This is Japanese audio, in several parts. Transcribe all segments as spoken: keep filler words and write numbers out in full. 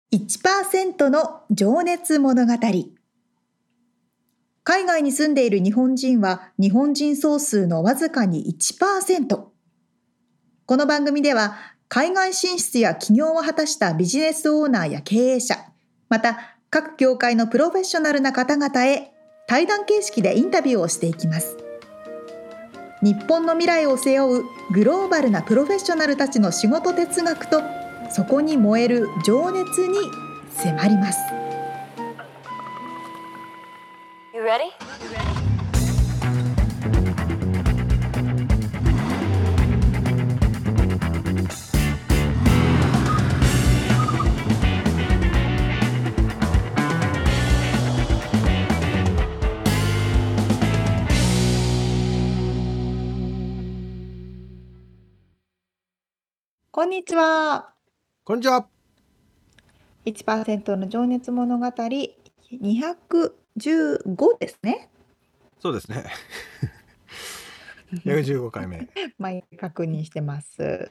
いちパーセント の情熱物語。海外に住んでいる日本人は日本人総数のわずかに いちパーセント。この番組では海外進出や起業を果たしたビジネスオーナーや経営者、また各業界のプロフェッショナルな方々へ対談形式でインタビューをしていきます。日本の未来を背負うグローバルなプロフェッショナルたちの仕事哲学とそこに燃える情熱に迫ります。 You ready? こんにちは。 こんにちは。 いちパーセント の情熱物語にひゃくじゅうごですね。 そうですね。ひゃくじゅうごかいめ。 毎回確認してます。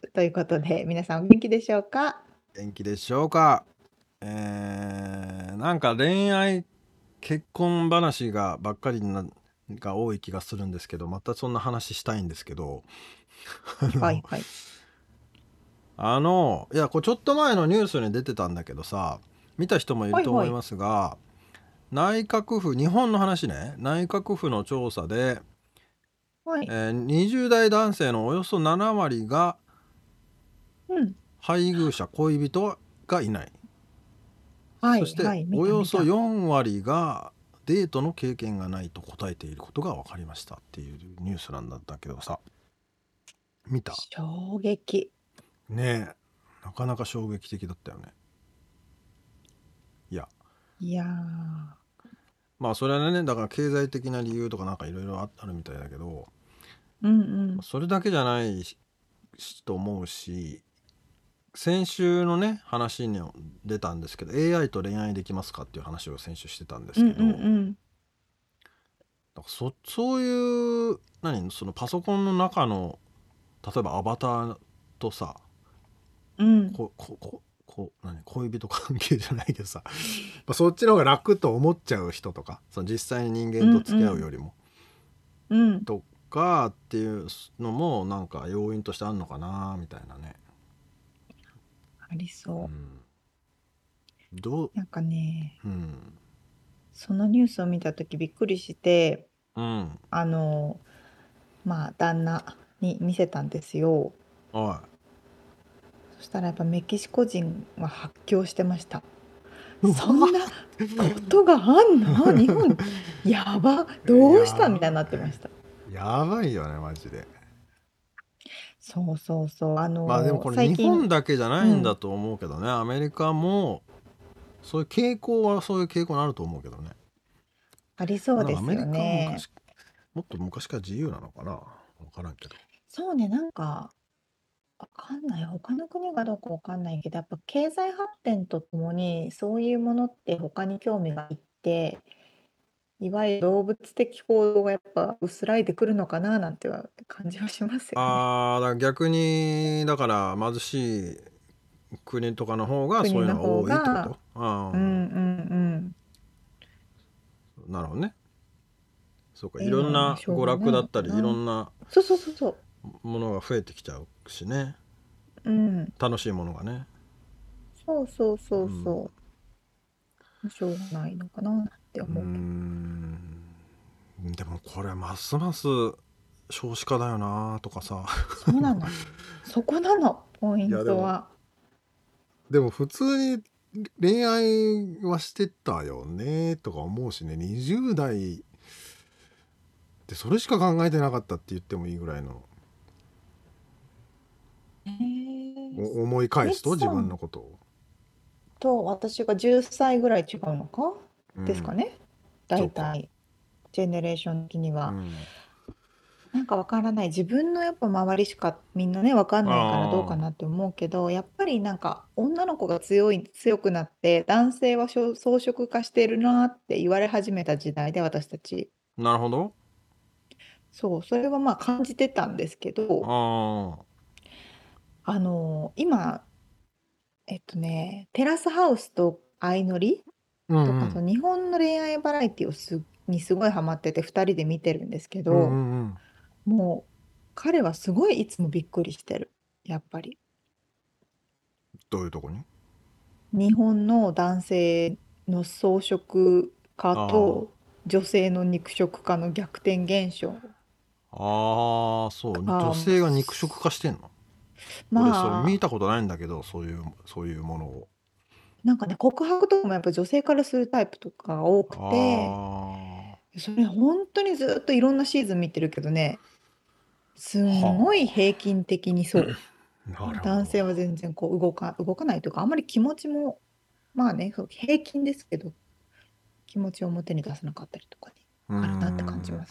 ということで皆さんお元気でしょうか？ 元気でしょうか。えー、なんか恋愛結婚話がばっかりなが多い気がするんですけど、またそんな話したいんですけどあの、 はいはい。 あのいやこれちょっと前のニュースに出てたんだけどさ、見た人もいると思いますが、内閣府、日本の話ね、内閣府の調査で、 はい。 えーにじゅう代男性のおよそなな割がうん。 配偶者恋人がいない、 はいそしてはい。見およそた見た。 よん割がデートの経験がないと答えていることが分かりましたっていうニュースなんだったけどさ、見た？ 衝撃。 ねえ、なかなか衝撃的だったよね。いやいやー。 まあそれはね、だから経済的な理由とかなんかいろいろあるみたいだけど、 うんうん。 それだけじゃないしと思うし、先週のね話に出たんですけど エーアイ と恋愛できますかっていう話を先週してたんですけど、 うんうんうん。 だからそそういう何そのパソコンの中の例えばアバターとさ、 うんここここ何恋人関係じゃないけどさまあそっちの方が楽と思っちゃう人とか、その実際に人間と付き合うよりも、 うんとかっていうのもなんか要因としてあるのかなみたいなね。 ありそうう。 ん、どうなんかね、 うんそのニュースを見たときびっくりして、 うんあの、まあ旦那に見せたんですよ。 おいそしたらやっぱメキシコ人は発狂してました。 うわそんなことがあんの日本やばどうしたみたいになってました。 やばいよねマジで。 そうそうそう。あまあでものこれ最近、 日本だけじゃないんだと思うけどね、アメリカもそういう傾向はそういう傾向にあると思うけどね。 ありそうですよなんかアメリカはね。 昔もっと昔から自由なのかな、分からんけど。 そうね、なんかわかんない。他の国がどうかわかんないけど、やっぱ経済発展とともにそういうものって他に興味がいって、いわゆる動物的行動がやっぱ薄らいでくるのかななんては感じはしますよね。 あーだから逆にだから貧しい国とかの方がそういうのが国の方多いってこが、 と？あうんうんあ、なるほどね。そうか、 うん。 いろんいいのはまあな娯しょうがない楽だったりいろのかな。 んなそうそうそうそものが増えてきちゃうしね、 う。うん。 楽しいものがね。 そうそううそうんそう。しょうがないのかなってうー思うけど。 んでもこれますます少子化だよなとかさそうなの。そこなの、ポインいやでもトは。 でも普通に恋愛はしてたよねとか思うしね、にじゅう代でそれしか考えてなかったって言ってもいいぐらいの、 えー、 お思い返みすと自つさん分のことを。 と私がじゅっさいぐらい違うのかうんですかね。 そうか。 大体、ジェネレーション的には。 うんなんかわからない。自分のやっぱ周りしかみんなね、わかんないからどうかあなって思うけど、やっぱりなんか女の子が強い、強くなって、男性はしょ装飾化してるなって言われ始めた時代で私たち。 あなるほど。 そう、それはまあ感じてたんですけど、 ああの今、 えっとね、テラスハウスと相乗りうんとか、そうん。 の日本の恋愛バラエティをすにすごいハマっててふたりで見てるんですけうんうど、 んうん。 もう彼はすごいいつもびっくりしてる。やっぱりどういうとこに？ 日本の男性の草食家あと女性の肉食家の逆転現象あ。ああ、そう。女が、 性が肉食化してんの？俺それ見まあたことないんだけど、そういうそういうものを。 なんかね、告白とかもやっぱ女性からするタイプとかが多くて、 あそれ本当にずっといろんなシーズン見てるけどね、すあ。 んごいは平均的にそう。 あ。なるほど。 男性は全然こう動か、動かないというか、あんまり気持ちも、まあね、そう平均ですけど、気持ちを表に出さなかったりとかね、 うーあるなって感じん。 ます。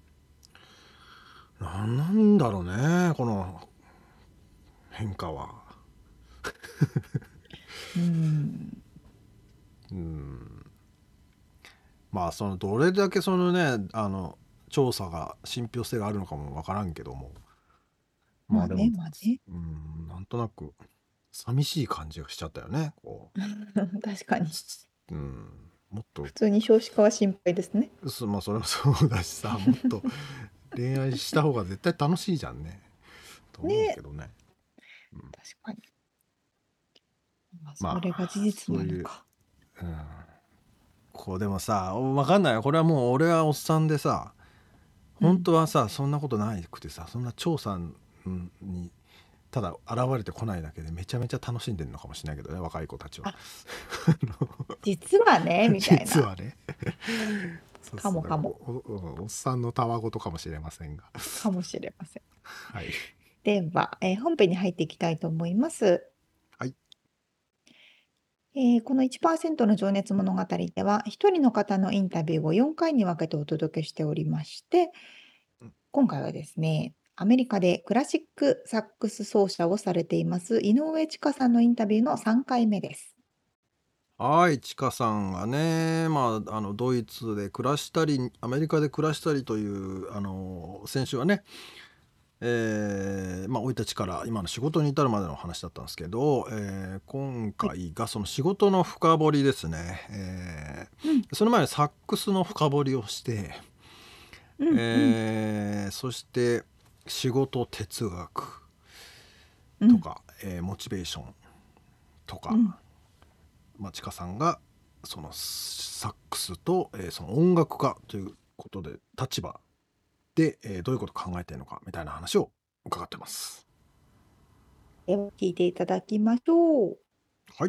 なんなんだろうね、この変化は。 うん。 うーん。まあそのどれだけそのね、あの調査が信憑性があるのかもわからんけども、まあでも、 まあね、まあね。 うーん、なんとなく寂しい感じがしちゃったよね。こ確かう、 に。 つうん、もっと、 普通に少子化は心配ですね。 そまあそれもそうだしさ、もっと恋愛した方が絶対楽しいじゃんね。と思うけね、 どね。うん、 確かに。まあ、そまれが事あ実そういう、 なのか。 うん、こうでもさ、わかんないよ。これはもう俺はおっさんでさ、本当はさ、そんなことないくてさ、そんな調査にただ現れてこないだけでめちゃめちゃ楽しんでるのかもしれないけどね、若い子たちは。 あ、実はね、みたいな。 実はね。そうかそう、だからもかも。 おおおっさんのたわごとかもしれませんが。 かもしれません。 はい。 では、えー本編に入っていきたいと思います。 はい。 えーこのいちパーセントの情熱物語では、ひとりの方のインタビューをよんかいに分けてお届けしておりまして、 うん今回はですね、アメリカでクラシックサックス奏者をされています井上千佳さんのインタビューのさんかいめです。 はい、ちかさんがね、まあ、あのドイツで暮らしたりアメリカで暮らしたりというあの先週はね、えーまあ、生い立ちから今の仕事に至るまでの話だったんですけど、えー今はい。 回がその仕事の深掘りですね、えーうん、 その前にサックスの深掘りをして、 うん、うん、 えーそして仕事哲学うん、 とか、えーモチベーションとか、 うん。 まあ、ちかさんがそのサックスと、えーその音楽家ということで立場で、えーどういうことを考えているのかみたいな話を伺ってます。 では、聞いていただきましょう。 はい。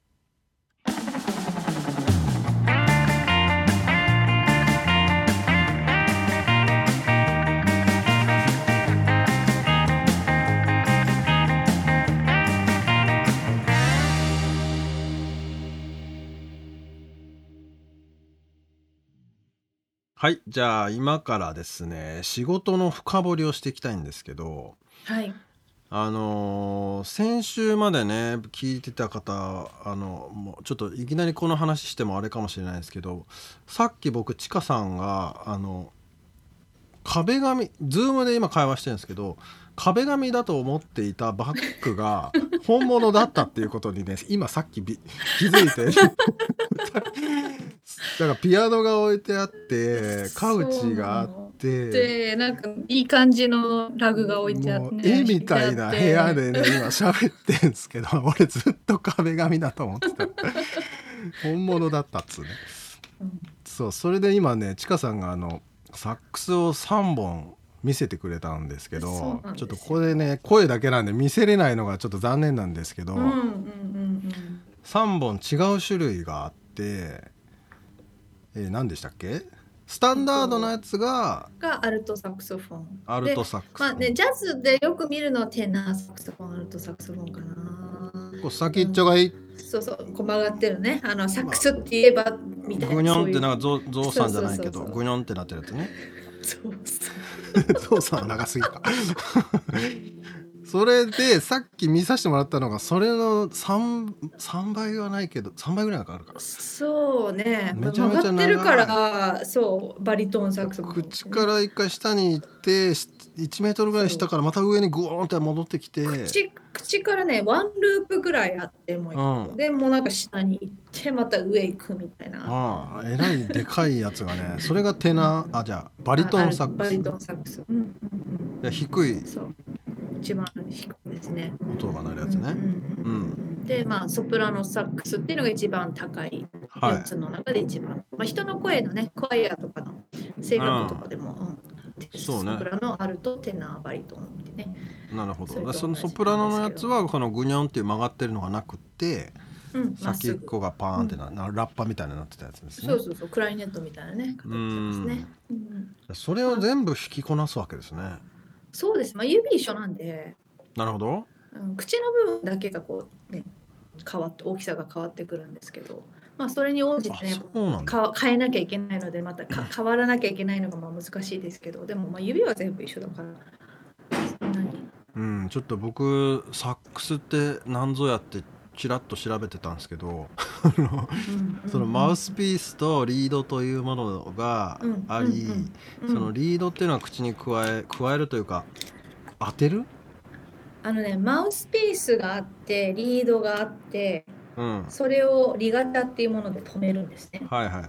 はい、じゃあ今からですね、仕事の深掘りをしていきたいんですけど、 はい。 あのー先週までね聞いてた方、あのもうちょっといきなりこの話してもあれかもしれないですけど、さっき僕ちかさんがあの壁紙、ズームで今会話してるんですけど、壁紙だと思っていたバッグが本物だったっていうことにね、今さっきび気づいてだからピアノが置いてあってカウチがあって、 で、なんかいい感じのラグが置いてあっもうて、 絵みたいな部屋でね今喋ってんですけど、俺ずっと壁紙だと思ってた。本物だったっつうね。 うんそう、それで今ねちかさんがあのサックスをさんぼん見せてくれたんですけそうど、 なんですよちょっとここでね声だけなんで見せれないのがちょっと残念なんですけど、 うんうんうんうんさんぼん違う種類があって、えー何でしたっけ？スタンダードなやつががアルトサクソフォン。 アルトサックスまあね、ジャズでよく見るのはテナーサクソフォン、アルトサクソフォンかな。 こう先っちょがいい、 そうそう、こう曲がってるね。あのサックスって言えばみたいな。 グニョンってそういうなんかゾウゾウさんじゃないけどそうそうそうそうグニョンってなってるやつね。 そうそう。 ゾウさん長すぎか。 それでさっき見させてもらったのがそれの 3, 3倍はないけどさんばいぐらいかかるからそうね。 めちゃめちゃ長い曲がってるから、そう、バリトンサクソフォン、 口から一回下に行っていちメートルぐらい下からまた上にグーンって戻ってきて口, 口からねワンループぐらいあってもう一個、 うん、 でもうなんか下に行ってまた上行くみたいな。 ああえらいでかいやつがねそれがテナーあじゃあバリトンサックスバリトンサックス、うんうんうん、 いや低いそう一番低いですね音が鳴るやつね、うんうん、でまあソプラノサックスっていうのが一番高いやつの中で一番、はいまあ、人の声のねクワイアとかの声楽とかでも、うんうんそうね、 ソプラノ、アルト、テナー、バリトンってね。 なるほど。そのソプラノのやつはこのグニョンっていう曲がってるのがなくて、うん、先っぽがパーンってな、うん、ラッパみたいになってたやつですね。 そうそうそう、クライネットみたいなね、形ですね。うん、 それを全部弾きこなすわけですね。 そうです。まあ指一緒なんで。 なるほど。 うん、口の部分だけがこうね変わって大きさが変わってくるんですけど。まあそれに応じてねか変えなきゃいけないのでまたか変わらなきゃいけないのがまあ難しいですけどでもまあ指は全部一緒だからそんなにうんちょっと僕サックスって何ぞやってちらっと調べてたんですけどそのマウスピースとリードというものがありそのリードっていうのは口に加え加えるというか当てるあのねマウスピースがあってリードがあってうん、それをリガチャっていうもので止めるんですね。 はいはい、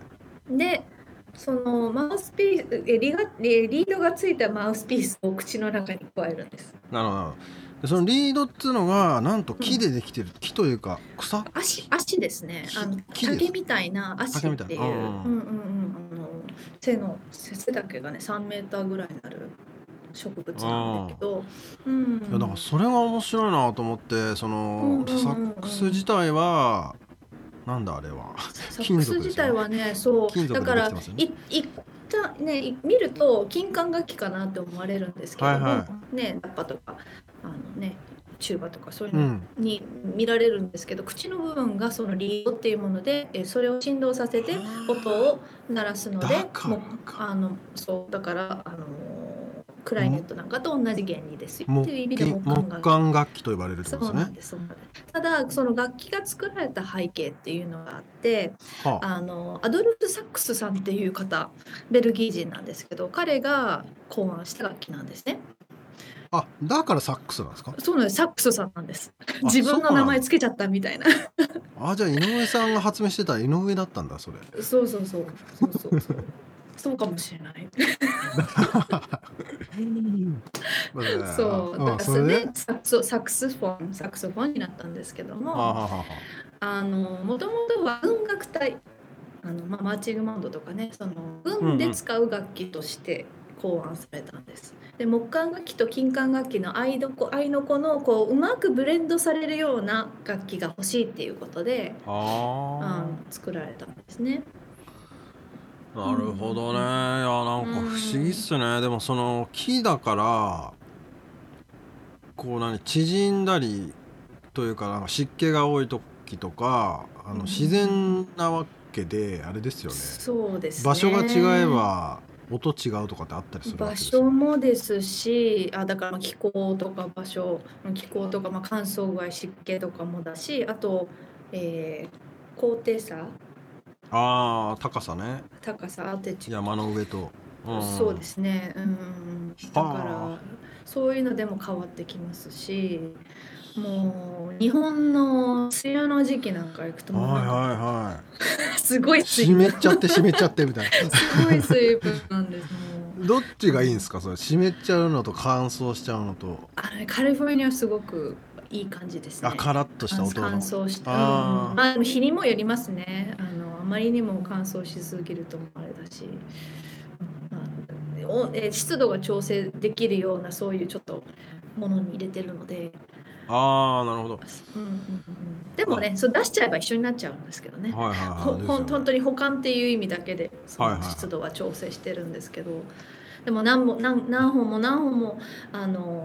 でそのマウスピースリガリードがついたマウスピースを口の中に加えるんです。 なるほど。でそのリードっていうのがなんと木でできてる、うん、木というか草足, 足ですねあの竹みたいな足っていう、うんうんうん、あの背の背丈がねさんメーターぐらいになる植物なんだけど、 うん、いやだからそれが面白いなと思ってその、うんうんうん、サックス自体はなんだあれはサックス自体はねそうだからいいったね見ると金管楽器かなって思われるんですけども、はいはい、ねラッパとかあのねチューバとかそういうのに見られるんですけど、うん、口の部分がそのリードっていうものでえそれを振動させて音を鳴らすのでもうあのそうだからあのクライネットなんかと同じ原理ですよっていう意味で木管楽器と呼ばれるってことですね。そうなんですそうなんです。 ただその楽器が作られた背景っていうのがあって、はあ、あのアドルフ・サックスさんっていう方ベルギー人なんですけど彼が考案した楽器なんですね。 あ、だからサックスなんですか？ そうなんです。サックスさんなんです。自分の名前つけちゃったみたいな。 あ、じゃあ井上さんが発明してた井上だったんだそれ。 そうそうそうそうそうそう。そうかもしれない。そう、だからそれでサックスフォン、サックスフォンになったんですけども、あのもともとは軍楽隊、あのまあマーチングバンドとかね、その軍で使う楽器として考案されたんです。で木管楽器と金管楽器の間の子のこううまくブレンドされるような楽器が欲しいっていうことで、あの作られたんですね。 なるほどね。いやなんか不思議っすね、うん、でもその木だからこう何縮んだりというか、なんか湿気が多い時とかあの自然なわけであれですよね、うん、 そうですね。 場所が違えば音違うとかってあったりするわけですよね。 場所もですし、あだから気候とか場所気候とか、まあ、乾燥具合湿気とかもだし、あと、えー、高低差ああ高さね高さアテチ山の上と、 うん、そうですね、うん、だからそういうのでも変わってきますし、もう日本の梅雨の時期なんか行くともうなんか、はいはいはい、すごい湿っちゃって湿っちゃってみたいなすごい水分なんです。もうどっちがいいんですかそれ、湿っちゃうのと乾燥しちゃうのと。 あれカリフォルニアはすごくいい感じですね。 あ、カラッとした音の乾燥した、あ、うん、まあ日にもよりますね。あのあまりにも乾燥しすぎるとあれだし、まあ、おえ湿度が調整できるようなそういうちょっとものに入れてるので。 ああ、なるほど、 うんうんうん、でもねそれ出しちゃえば一緒になっちゃうんですけどね、はいはいはい、ほほ本当に保管っていう意味だけでその湿度は調整してるんですけど、はいはい、でも何も 何, 何本も何本もあの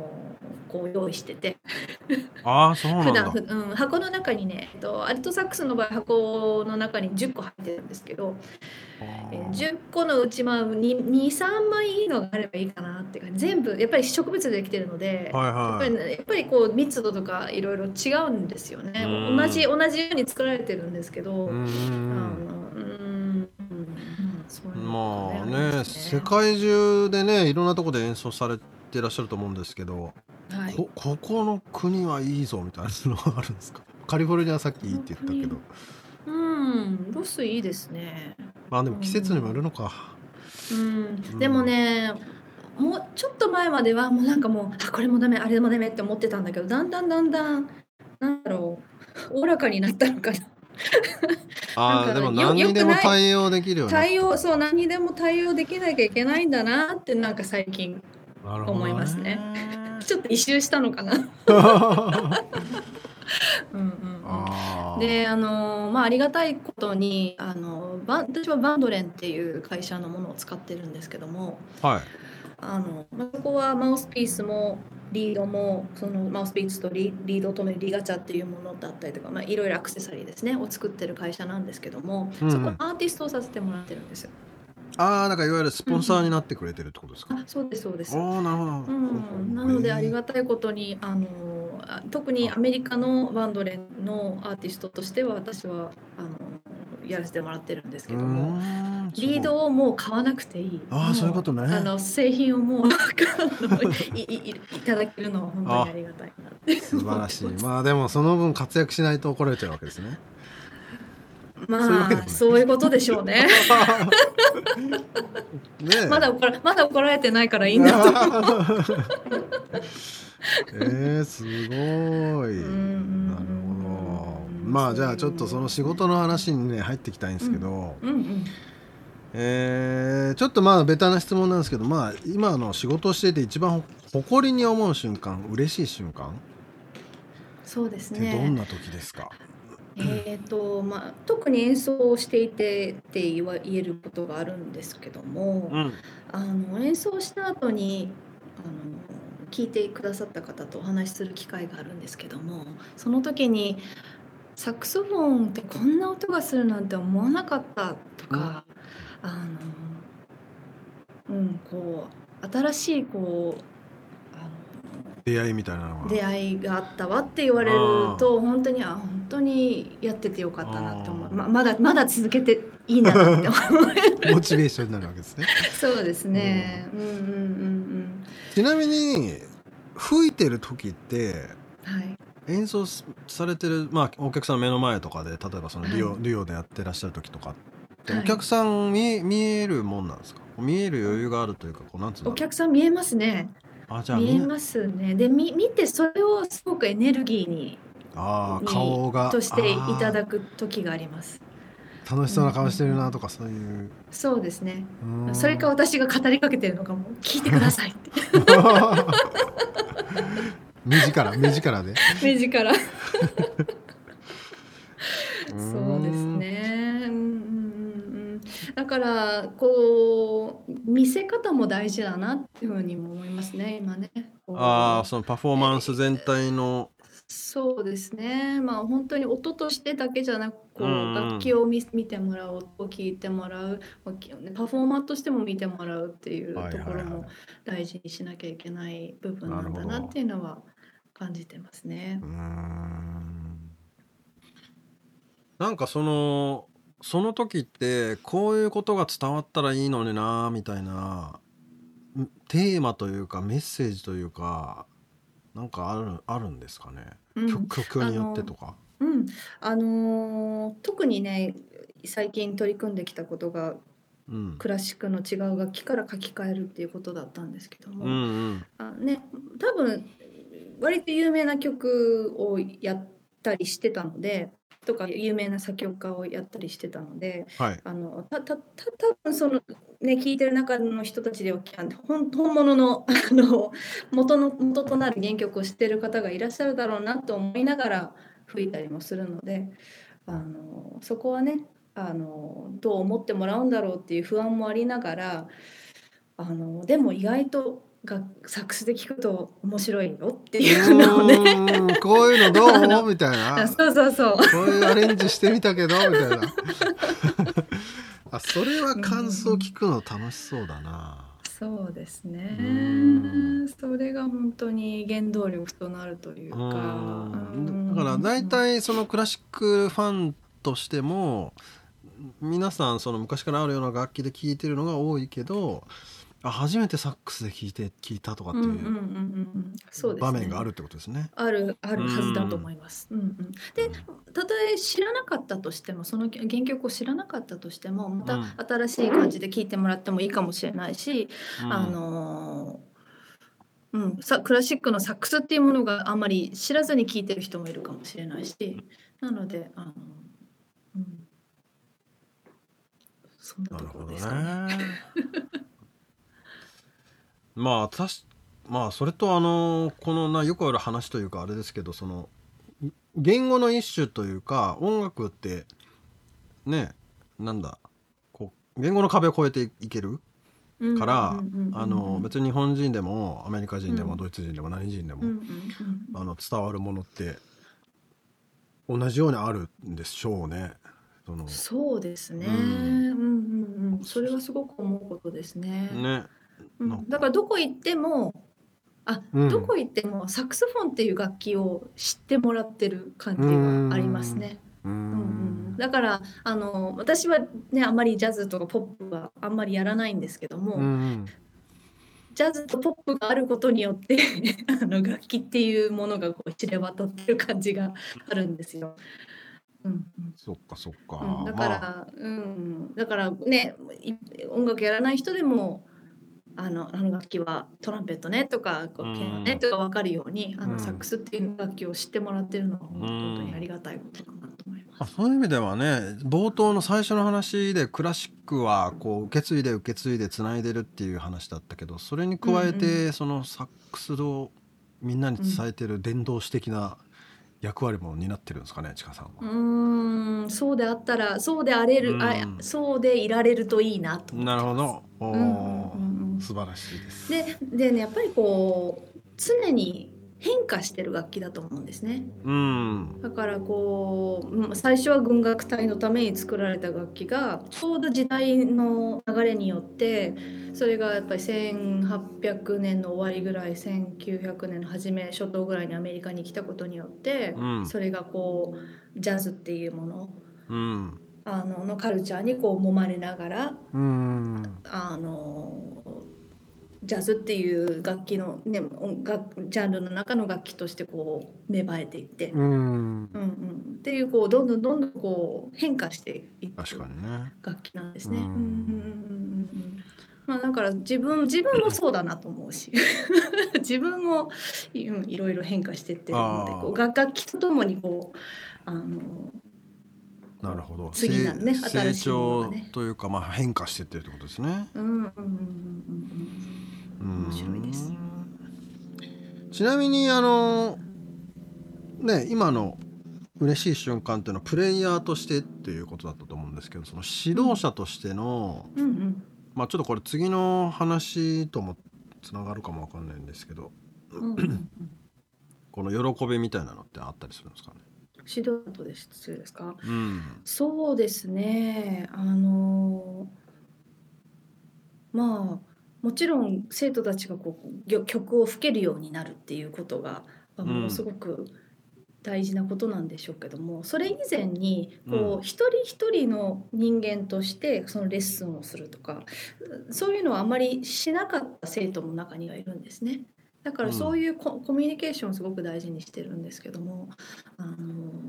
こう用意しててああ、そうなんだ。 普段ふ、うん、箱の中にね、えっと、アルトサックスの場合箱の中にじゅっこ入ってるんですけど、えーじゅっこのうちまあにさんまいいいのがあればいいかなって感じ。全部やっぱり植物でできてるので、 はいやっぱはい。 りねやっぱりこう密度とかいろいろ違うんですよね。 うん同じ同じように作られてるんですけど、 うーあのん。 うーん、うんそういうのまあがねありまね、 すね。 世界中でね、いろんなとこで演奏されてらっしゃると思うんですけど、 はい。 こ、ここの国はいいぞみたいなのがあるんですか？カリフォルニアはさっきいいって言ったけど。 うん、ロスいいですね。 まあでも季節にもよるのか。 うん、 うんでもね、もうちょっと前まではもうなんかもうあこれもダメあれもダメって思ってたんだけど、だんだんだんだんなんだろう、おおらかになったのかな。なんああ、でもかよ何にでもよくない対応できるようになった。 対応そう何にでも対応できなきゃいけないんだなってなんか最近なるほど思いますね。 ね。 ちょっと一周したのかな。うんうんうん。 あであのまあありがたいことにあのバン私はバンドレンっていう会社のものを使ってるんですけども、 あ、はい。 あのまあそこはマウスピースもリードもそのマウスピースとリリードとのリガチャっていうものだったりとか、まあ、いろいろアクセサリーですねを作ってる会社なんですけども、 うんうんそこのアーティストをさせてもらってるんですよ。 ああ、なんかいわゆるスポンサーになってくれてるってことですか？ あそうですそうです。 ああ、なるほど。 うん、なのでありがたいことにあのあ特にアメリカのバンドレンのアーティストとしては私はあのやらせてもらってるんですけども、リードをもう買わなくていい。 ああ、そういうことね。 あの製品をもうあのいいいいただけるのは本当にありがたいなって素晴らしい。 思ってます。 まあでもその分活躍しないと怒られちゃうわけですね。 まそういうわけでもないあそういうことでしょうね。 ねえ。 まだ怒らまだ怒られてないからいいんだと思う。 えー、すごい。 うんなるほど。 うんまあじゃあちょっとその仕事の話にね入っていきたいんですけど、 うんうんえーちょっとまあベタな質問なんですけど、まあ今の仕事をしていて一番誇りに思う瞬間、嬉しい瞬間そうですってどんね。 な時ですか？ えーとまあ、特に演奏をしていてって言わ言えることがあるんですけども、 うん。 あの演奏した後にあの聞いてくださった方とお話しする機会があるんですけども、その時にサックスフォンってこんな音がするなんて思わなかったとか、あのうんこう新しいこうあの出会いみたいなのが。 出会いがあったわって言われると本当にあ本当にやっててよかったなって思う、 あーままだまだ続けていいんだなって思う。 モチベーションになるわけですね。 そうですね。うんうんうんうん。 ちなみに吹いてる時ってはい。 演奏すされてる、まあ、お客さんの目の前とかで例えばそのデュオ、 はいデュオでやってらっしゃる時とかって、 はいお客さん見え見えるもんなんですか？見える余裕があるというかこうなんつうんだろう。 お客さん見えますね。 あ、じゃあ見えみんなますね。でみ見てそれをすごくエネルギーにあーに顔がとしていたあだく時があります。 ー楽しそうな顔してるなとかそういう。 そうですね。 うーんそれか私が語りかけてるのかも聞いてくださいって目力目力で。 目力。 うそーんうですね。うんうんうんうん。だからこう見せ方も大事だなっていうふうにも思いますね。今ね。こうああ、そのパフォーマンス全体の。 そうですね。まあ本当に音としてだけじゃなく、こうんううん楽器を見見てもらう、音を聞いてもらう、まあきパフォーマーとしても見てもらうっていうはいはいはいところも大事にしなきゃいけない部分なんだなるほどなっていうのは感じてますねうー。んなんかそのその時ってこういうことが伝わったらいいのになみたいなんテーマというかメッセージというかなんかあるあるんですかね、 うん曲曲によってとか。 うん、あのー特にね最近取り組んできたことがうんクラシックの違う楽器から書き換えるっていうことだったんですけども、 うんうんあね、多分割と有名な曲をやったりしてたのでとか有名な作曲家をやったりしてたので、 はいあのたたた多分そのね聞いてる中の人たちではあの本本物のあの元の元となる原曲を知ってる方がいらっしゃるだろうなと思いながら吹いたりもするので、あのそこはねあのどう思ってもらうんだろうっていう不安もありながら、あのでも意外とがサックスで聞くと面白いよっていうのをね、 うーんこういうのどうみたいな、 そうそうそう、 こういうアレンジしてみたけどみたいなあ、それは感想聞くの楽しそうだな。 そうですねうーん。 それが本当に原動力となるといううか、 ーんだから大体そのクラシックファンとしても皆さんその昔からあるような楽器で聴いてるのが多いけど、あ初めてサックスで聴いて聴いたとかってうんうんうんいううんそうですね場面があるってことですね。 あるあるはずだと思います。うんうん、でたとえ知らなかったとしてもその原曲を知らなかったとしてもまた新しい感じで聴いてもらってもいいかもしれないし、 うんあのーうん、さクラシックのサックスっていうものがあんまり知らずに聴いてる人もいるかもしれないし、なのであの、うん、そんなところですかね。 なるほどねまあたしまあそれとあのこのなよくある話というかあれですけど、その言語の一種というか音楽ってねなんだこう言語の壁を越えていけるからあの別に日本人でもアメリカ人でもドイツ人でも何人でもあの伝わるものって同じようにあるんでしょうね。そのそうですね、 うんうんうんうん、それはすごく思うことですね。 ねうんなんかだからどこ行ってもあ、 うんどこ行ってもサックスフォンっていう楽器を知ってもらってる感じはありますね。 うーんうんうん、だからあの私はねあんまりジャズとかポップはあんまりやらないんですけども、 うんジャズとポップがあることによってあの楽器っていうものがこう知れ渡ってる感じがあるんですよ。うんうんそっかそっか、 うん、だから、 まあうん、だからねい音楽やらない人でもあのあの楽器はトランペットねとかこうピアノねとか分かるようにあうんのサックスっていう楽器を知ってもらってるのは本当にありがたいことかなと思いまあす。 そういう意味ではね冒頭の最初の話でクラシックはこう受け継いで受け継いでつないでるっていう話だったけど、それに加えて、 うんうんそのサックスをみんなに伝えてる伝道師的な役割も担ってるんですかね、ちかさんは。 うーんそうであったらそうであれる、 うんあそうでいられるといいなと思ってます。 なるほど、おーうんうんうんうん素晴らしいです。 ででねやっぱりこう常に変化してる楽器だと思うんですね。 うんだからこううん最初は軍楽隊のために作られた楽器がちょうど時代の流れによってそれがやっぱりせんはっぴゃくねんの終わりぐらいせんきゅうひゃくねんの初め初頭ぐらいにアメリカに来たことによって、 うんそれがこうジャズっていうものうんあののカルチャーにこう揉まれながらうんあのジャズっていう楽器の、ね、音楽ジャンルの中の楽器としてこう芽生えていって、 うんうんうん、っていうこうどんどんどんどんこう変化していく確かにね。 楽器なんですね。 うんうんうんうんうんまあ、だから自分自分もそうだなと思うし自分もい,、うん、いろいろ変化してってるのであーこう楽楽器とともにこうあのなるほど。 次なるね成新しいものが成ね長というかまあ変化してってるってことですね。 うんうんうんうんうんうん面白いですよ。 ちなみにあのね今の嬉しい瞬間っていうのはプレイヤーとしてっていうことだったと思うんですけど、その指導者としての、 うんうんまあちょっとこれ次の話ともつながるかもわかんないんですけど、 うんうんこの喜びみたいなのってあったりするんですかね。 指導者としてですか。 うんそうですねあのまあもちろん生徒たちがこうぎょ曲を吹けるようになるっていうことがまあものすごく大事なことなんでしょうけども、それ以前にこうう一人一人の人間としてそのレッスンをするとかそういうのはあまりしなかった生徒も中にはいるんですね。だからそういうコ,、コミュニケーションをすごく大事にしてるんですけども、あの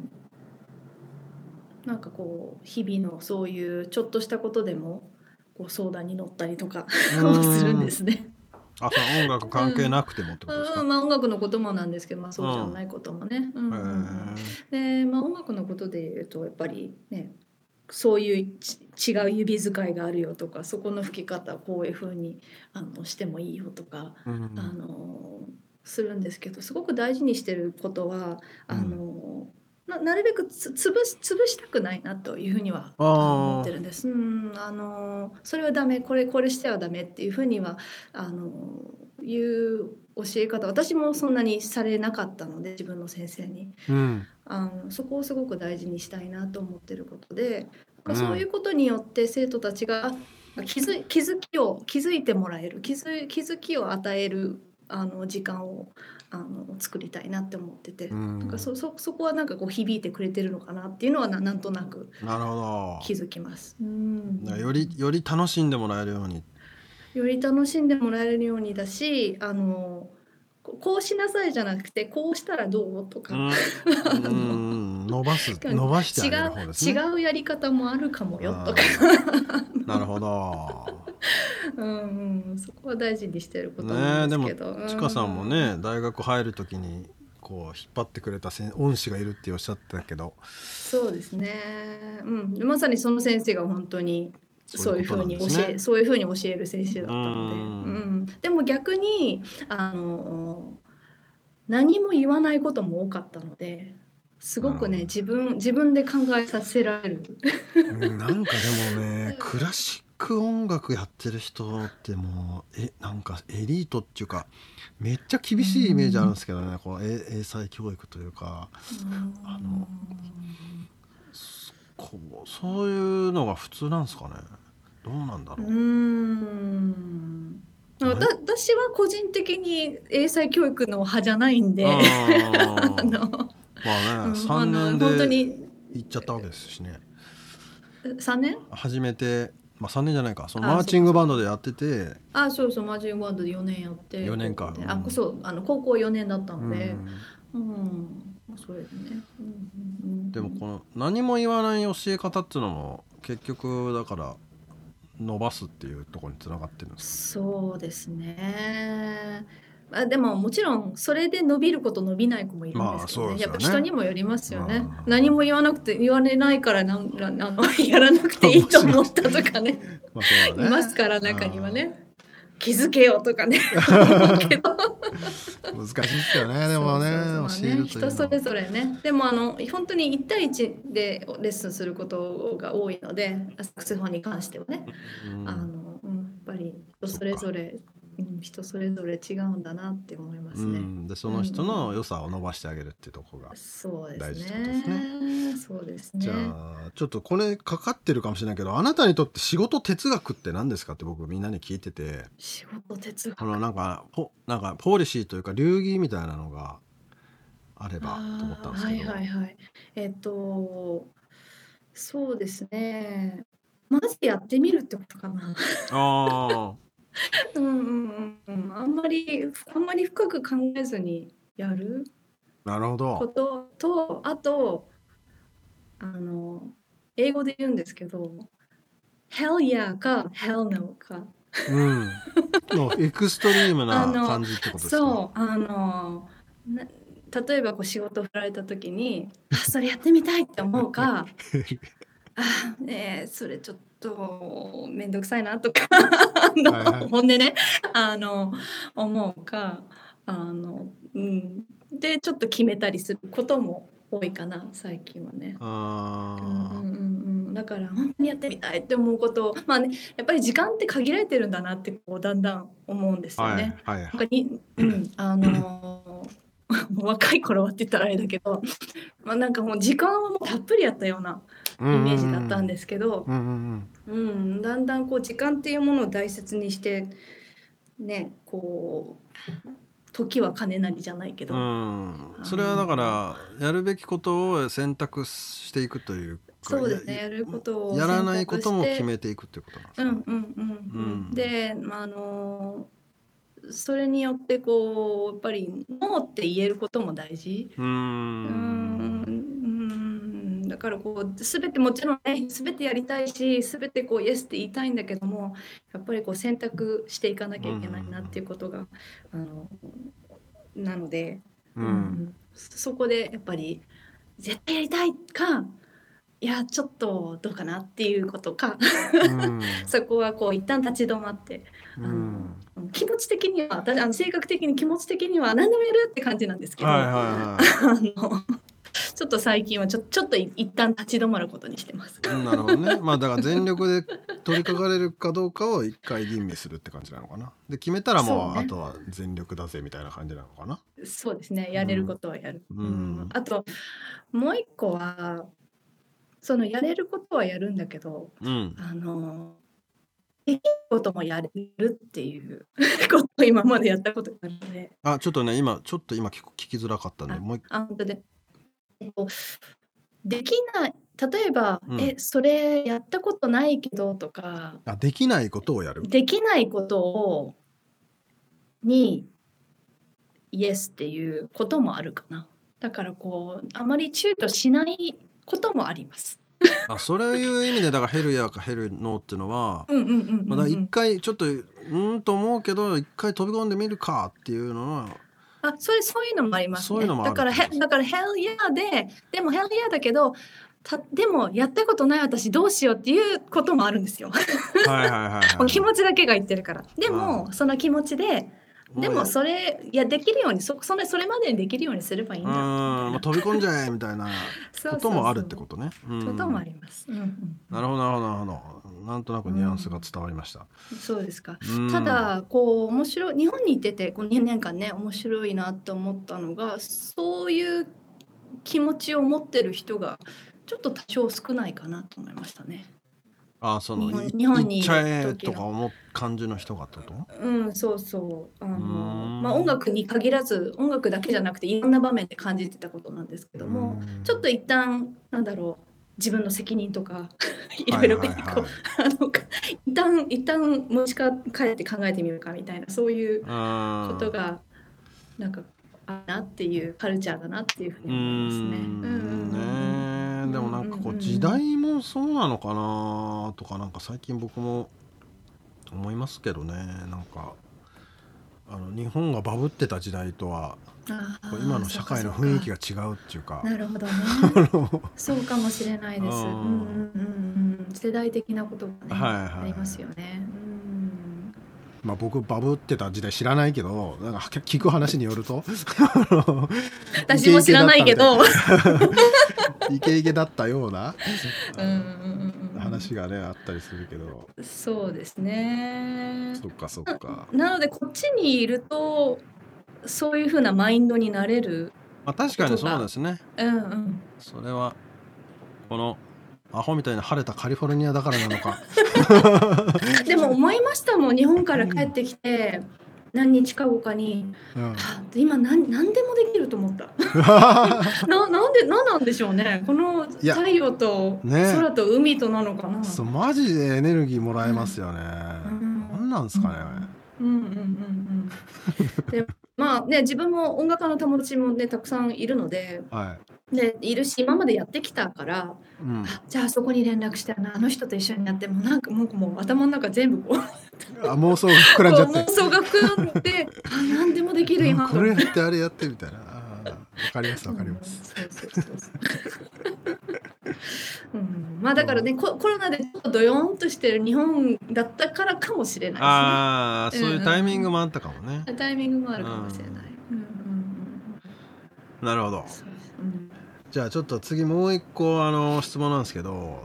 なんかこう日々のそういうちょっとしたことでもこう相談に乗ったりとかもするんですね。 あ、その音楽関係なくてもってことですか。 うんまあ、音楽のこともなんですけど、まあ、そうじゃないこともね。うんうんうんでまあ、音楽のことで言うとやっぱりねそういうち違う指使いがあるよとかそこの吹き方こういう風にあのしてもいいよとか、 うんあのするんですけどすごく大事にしてることはあの、な, なるべくつ潰し潰したくないなというふうにはあー思ってるんです。うんあのそれはダメこれこれしてはダメっていうふうにはあのいう教え方、私もそんなにされなかったので自分の先生に、 うん、 あのそこをすごく大事にしたいなと思ってることで、なんかそういうことによって生徒たちが気づ、気づきを気づいてもらえる、気づ、気づきを与えるあの時間をあの作りたいなって思ってて、 うん、 なんか そ, そ, そこはなんかこう響いてくれてるのかなっていうのは な, なんとなくなるほど気づきます。うん、 よりより楽しんでもらえるようにより楽しんでもらえるようにだし、あのこうしなさいじゃなくてこうしたらどうとか、 うん、うん伸ばす伸ばしてあげる方ですね。 違う、違うやり方もあるかもよとかなるほどうん、うん、そこは大事にしてることなんですけど、 ね、でもちかさんもね、大学入る時にこう引っ張ってくれた恩師がいるっておっしゃってたけど、 そうですね、うん、まさにその先生が本当にそういうふうに教え、そういうふうに教える先生だったので、うん、でも逆にあの何も言わないことも多かったので、すごくね自分自分で考えさせられるなんかでもねクラシック音楽やってる人ってもうえなんかエリートっていうかめっちゃ厳しいイメージあるんですけどね、こう英才教育というか、あのこうそういうのが普通なんですかね。どうなんだろう。うーん、私は個人的に英才教育の派じゃないんで、あのまあね、さんねんで行っちゃったわけですしね。 さんねん初めて、まあ、さんねんじゃないか、そのマーチングバンドでやってて、 あ、そうそう、マーチングバンドでよねんやって、 よねんか、 うん、あ、そう、あの高校よねんだったので、うん、うん、それでね、うんうん、 でもこの何も言わない教え方っていうのも結局だから伸ばすっていうところにつながってるんですか。そうですね。あ、でももちろんそれで伸びる子と伸びない子もいるんですけどね、まあ、そうですよね。やっぱ人にもよりますよね、まあ、何も言わなくて言われないからなんあのやらなくていいと思ったとかねまあそうだね、いますから中にはね、気づけよとかね難しいですよね。でもね、 教えるというのはね、人それぞれね。でもあの本当にいち対いちでレッスンすることが多いので、サクソフォンに関してはね、うん、あの、うん、やっぱり人それぞれ、うん、人それぞれ違うんだなって思いますね。うん、 でその人の良さを伸ばしてあげるっていうところが大事ってことですね。 そうですね。 じゃあちょっとこれかかってるかもしれないけど、あなたにとって仕事哲学って何ですかって僕みんなに聞いてて、 仕事哲学、 このなんかポなんかポリシーというか流儀みたいなのがあればと思ったんですけど。 はいはいはい。えっとそうですね。まずやってみるってことかな。あうんうんうん、あんまりあんまり深く考えずにやるなるほどことと、あとあの英語で言うんですけど Hell yeah か Hell no か、 うん、エクストリームな感じってことですか。 そうあのな例えばこう仕事を振られた時にあそれやってみたいって思うかあ、ね、それちょっとめんどくさいなとかはいはい、本音ねあの思うかあの、うん、でちょっと決めたりすることも多いかな最近はね。あ、うんうんうん、だから本当にやってみたいって思うことまあね、やっぱり時間って限られてるんだなってこうだんだん思うんですよね。はいはい、なんかに、うん、あの若い頃はって言ったらあれだけど、まあ、なんかもう時間はもうたっぷりあったようなイメージだったんですけど、うんうんうんうん、だんだんこう時間っていうものを大切にしてね、こう時は金なりじゃないけど、うん、 それはだからやるべきことを選択していくというか、 そうですね、やることをやらないことも決めていくっていうことなんですか。うんうんうんうん、で、まあ、あのそれによってこうやっぱりノーって言えることも大事。うーん、うーん、だからこう全てもちろんね全てやりたいし全てこうイエスって言いたいんだけども、やっぱりこう選択していかなきゃいけないなっていうことがあのなので、うんうん、そこでやっぱり絶対やりたいかいやちょっとどうかなっていうことか、うん、そこはこう一旦立ち止まって、あの、うん、気持ち的にはあの性格的に気持ち的には何でもやるって感じなんですけど、はいはいはい、あのちょっと最近はちょちょっと一旦立ち止まることにしてます。 なるほどね。まあだから全力で取り掛かれるかどうかを一回吟味するって感じなのかな。で決めたらもう、ね、あとは全力だぜみたいな感じなのかな。 そうですね。やれることはやる。うんうん、あともう一個はそのやれることはやるんだけど、うん、あのできることもやれるっていうことを今までやったことがあるので。 あ、ちょっとね今ちょっと今聞きづらかったんでもう一回。あ、本当で。えっとできない例えば、うん、えそれやったことないけどとか。 あ、できないことをやる。 できないことをにイエスっていうこともあるかな。だからこうあまり躊躇しないこともあります。 あ、そういう意味でだからヘルヤかヘルノーっていうのは、まだ一回ちょっとうんと思うけど一回飛び込んでみるかっていうのは。 あ、それそういうのもありますね。そういうのもある。だからへだからヘルヤででもヘルヤだけどたでもやったことない私どうしようっていうこともあるんですよ。はいはいはい、はい、気持ちだけが言ってるから。でもその気持ちで。でもそれいやできるように そ, そ, れそれまでにできるようにすればいいんだみたいな、 まあ、飛び込んじゃえみたいなこともあるってことね。 そうそうそう、こともあります、うんうん、 なるほどなるほどなるほど。なんとなくニュアンスが伝わりました、 うん、そうですか。ただこう面白い日本にいててこうにねんかんね面白いなと思ったのがそういう気持ちを持ってる人がちょっと多少少ないかなと思いましたね。 あ、その日本に行っちゃえとか思う感じの人がってこと？ うん、そうそうあのまあ音楽に限らず音楽だけじゃなくていろんな場面で感じてたことなんですけども、ちょっと一旦なんだろう自分の責任とかいろいろ一旦一旦持ち帰って考えてみるかみたいなそういうことがなんかあるなっていうカルチャーだなっていうふうに思いますね。うんうん、ね、でもなんかこう時代もそうなのかなとかなんか最近僕も思いますけどね。なんかあの日本がバブってた時代とは今の社会の雰囲気が違うっていうか。 なるほどね。そうかもしれないです。うんうんうんうん、世代的なことがね、はいはい、ありますよね。うんまあ、僕バブってた時代知らないけどなんか聞く話によると私も知らないけどイケイケだったような話がねあったりするけど。 そうですね。 そっかそっか。 なのでこっちにいるとそういう風なマインドになれる。 まあ、確かにそうですね。 うんうん。 それはこのアホみたいな晴れたカリフォルニアだからなのかでも思いましたもん日本から帰ってきて何日か後かに、うんはあ、今何, 何でもできると思ったな, なんで何なんでしょうねこの太陽と空と海となのかな、ね、 そうマジでエネルギーもらえますよね、うん、何なんですかね、 うん、うんうんうんうんでまあね自分も音楽家の友達もねたくさんいるので、はい、でいるし今までやってきたから、うん、あじゃあそこに連絡してあの人と一緒にやってもなんかもうもう頭の中全部こうあ妄想が膨らんじゃって妄想が膨らんであ何でもできる今これやってあれやってみたいなあわかりますわかります、うん、そうそうそうそううん、まあだからね、うん、コ, コロナでちょっとドヨーンとしてる日本だったからかもしれないですね。 ああ、そういうタイミングもあったかもね、 うんうん、タイミングもあるかもしれない、うんうんうん、なるほど、うん、じゃあちょっと次もう一個あの質問なんですけど、はい、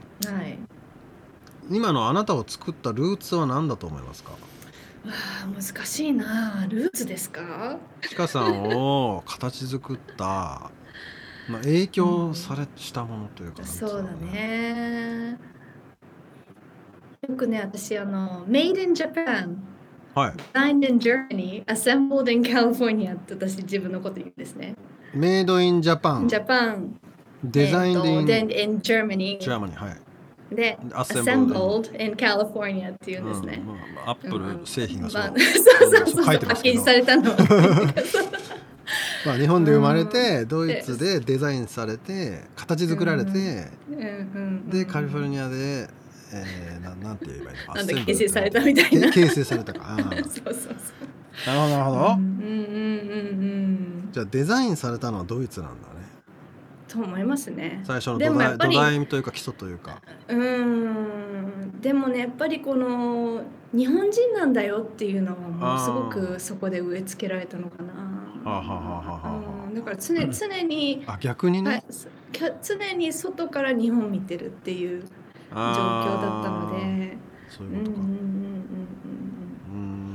今のあなたを作ったルーツは何だと思いますか？ あ難しいな。ルーツですか？ ちかさんを形作ったまあ、影響されしたものというか、 うん、そうだね。よくね私あの Made in Japan、はい、Designed in Germany, Assembled in California って私自分のこと言うんですね。 Made in Japan Japan Designed in, in Germany Germany はいで Assembled in California っていうんですね。 アップル製品がそう、 まあ、そうそうそうパッケージされたのまあ日本で生まれて、うん、ドイツでデザインされて形作られて、うんうん、でカリフォルニアで、えー、な, なんて言えばいいのかなんだ形成されたみたいな形成されたかあそうそうそうなるほどなるほど、うんうんうんうん、 じゃあデザインされたのはドイツなんだねと思いますね。 最初の土台、土台というか基礎というかうーんでもねやっぱりこの日本人なんだよっていうのはもうすごくそこで植え付けられたのかな。 だから常、常に、 あ、逆にね、はい、 常に外から日本見てるっていう状況だったので、 そういうことか。うんうんうんうんうん。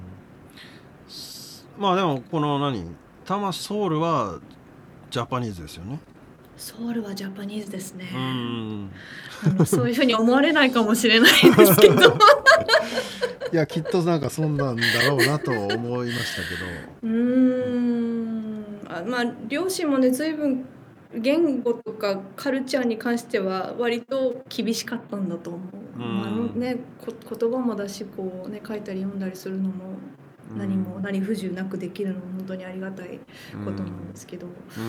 まあでもこの何タマソウルはジャパニーズですよね。 ソウルはジャパニーズですね。うんあのそういうふうに思われないかもしれないですけどいやきっとなんかそんなんだろうなと思いましたけどうーんあまあ両親もね随分言語とかカルチャーに関しては割と厳しかったんだと思う。まあね、こ言葉もだしこう、ね、書いたり読んだりするのも何も何不自由なくできるのも本当にありがたいことなんですけど。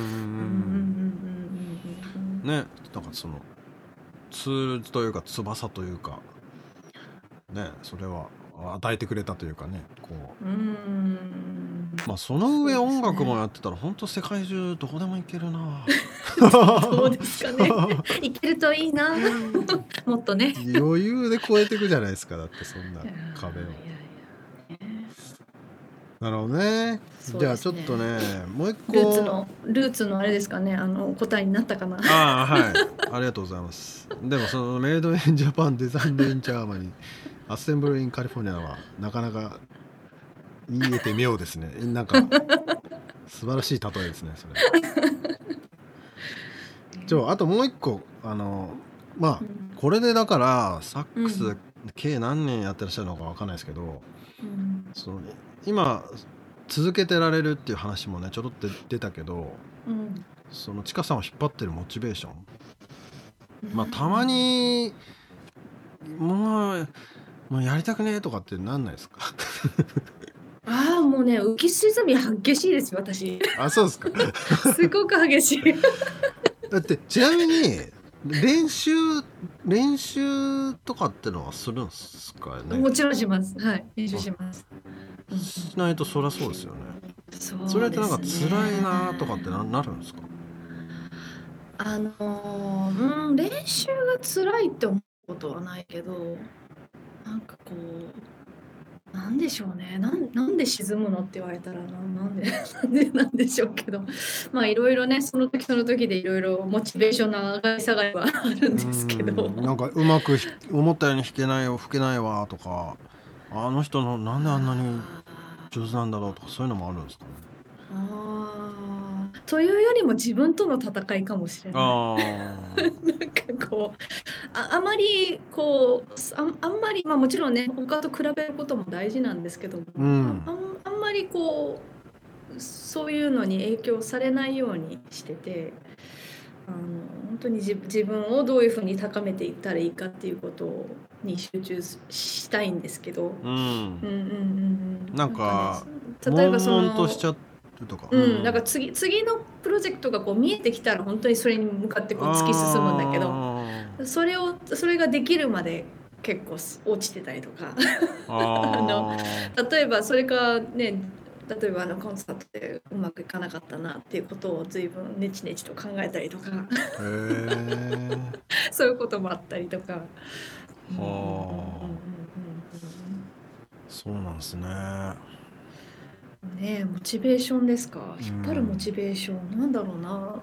ね、なんかそのツールというか翼というかね、それは与えてくれたというかね、こう。うーんまあその上音楽もやってたら本当世界中どこでも行けるな。 どうですかね。行けるといいな。もっとね。 余裕で超えていくじゃないですか。だってそんな壁を。なるほどね。じゃあちょっとね、もう一個ルーツのルーツのあれですかね、あの答えになったかな。 ああはい、ありがとうございます。でもそのメイドインジャパン、デザインドインジャーマニー、アッセンブルインカリフォルニアはなかなか言えて妙ですね。なんか素晴らしい例えですねそれ。じゃああともう一個あのまあ、うん、これでだからサックス、うん、計何年やってらっしゃるのかわかんないですけど、うん、その今続けてられるっていう話もねちょろっと出たけど、うん、そのちかさんを引っ張ってるモチベーション、うん、まあたまにもうもうやりたくねえとかってなんないですか？ ああもうね浮き沈み激しいですよ私。 あ、そうですか。 すごく激しい。 だってちなみに練習練習とかってのはするんですかね？ もちろんします。はい練習します。 しないとそりゃそうですよね。 そうですね。 それってなんか辛いなとかって な, なるんですか？ あのー、うん練習が辛いって思うことはないけど、なんかこうなんでしょうね。なん、なんで沈むのって言われたらな、なんでなんでなんでしょうけど、まあいろいろねその時その時でいろいろモチベーションの上がり下がりはあるんですけど、 んなんかうまく思ったように弾けないよ吹けないわとか、あの人のなんであんなに上手なんだろうとかそういうのもあるんですかね。 あというよりも自分との戦いかもしれない。あなんかこう あ, あまりこう あ, あんまりまあもちろんね他と比べることも大事なんですけども、うん、あ, あんまりこうそういうのに影響されないようにしてて、あの本当に 自, 自分をどういうふうに高めていったらいいかっていうことに集中したいんですけど、うん、うんうんうんうんなんか、ね、例えばその悶々としちゃってとか、 うん、なんか 次, 次のプロジェクトがこう見えてきたら本当にそれに向かってこう突き進むんだけど、それをそれができるまで結構落ちてたりとかあの例えばそれかね例えばあのコンサートでうまくいかなかったなっていうことを随分ネチネチと考えたりとかそういうこともあったりとか。はあ、 そうなんですね。 ねえモチベーションですか。引っ張るモチベーション、うん、なんだろうな。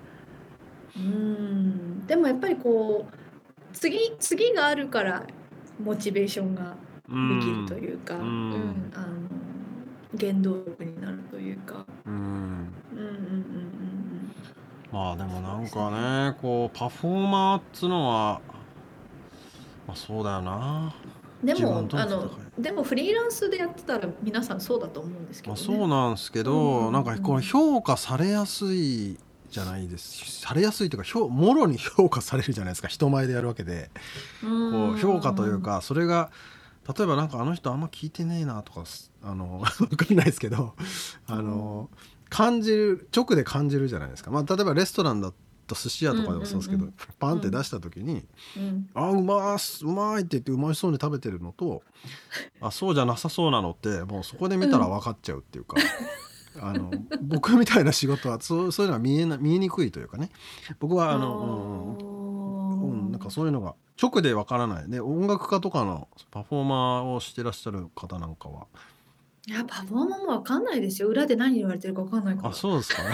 うんでもやっぱりこう次次があるからモチベーションができるというか、うんうん、あの原動力になるというか、うんうんうんうんまあでもなんかねこうパフォーマーっつのはまあそうだよな。 でもあのでもフリーランスでやってたら皆さんそうだと思うんですけどね。 まあ、そうなんですけど、うんうんうん、なんかこう評価されやすいじゃないですされやすいというかもろに評価されるじゃないですか。人前でやるわけでこう評価というかそれが例えばなんかあの人あんま聞いてねえなとかあの分かんないですけどあの感じる直で感じるじゃないですか。まあ、例えばレストランだと寿司屋とかでもそうですけど、うんうんうん、パンって出した時に、うん、あうまーうまいって言ってうまいそうに食べてるのとあそうじゃなさそうなのってもうそこで見たら分かっちゃうっていうか、うん、あの僕みたいな仕事はそう、そういうのは見えな、見えにくいというかね。僕はあの、うんうん、なんかそういうのが直で分からないで音楽家とかのパフォーマーをしてらっしゃる方なんかはいやパフォーマーも分かんないですよ。裏で何言われてるか分かんないから。 あ、そうですか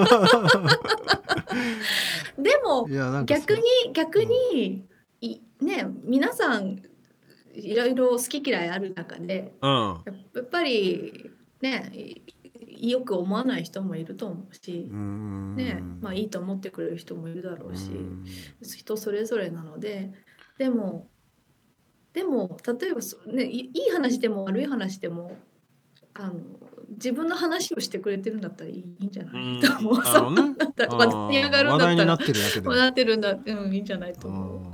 でもいやなんか逆に逆に、うん、いね皆さんいろいろ好き嫌いある中で、 うん、 やっぱりねよく思わない人もいると思うし、 うんねまあ、いいと思ってくれる人もいるだろうし、人それぞれなので、でもでも例えば、ね、いい話でも悪い話でもあの自分の話をしてくれてるんだったらいいんじゃないと思う。そうなんだったら話題に上がるんだったら話題になってるだけでなってるんだって、うん、いいんじゃないと思う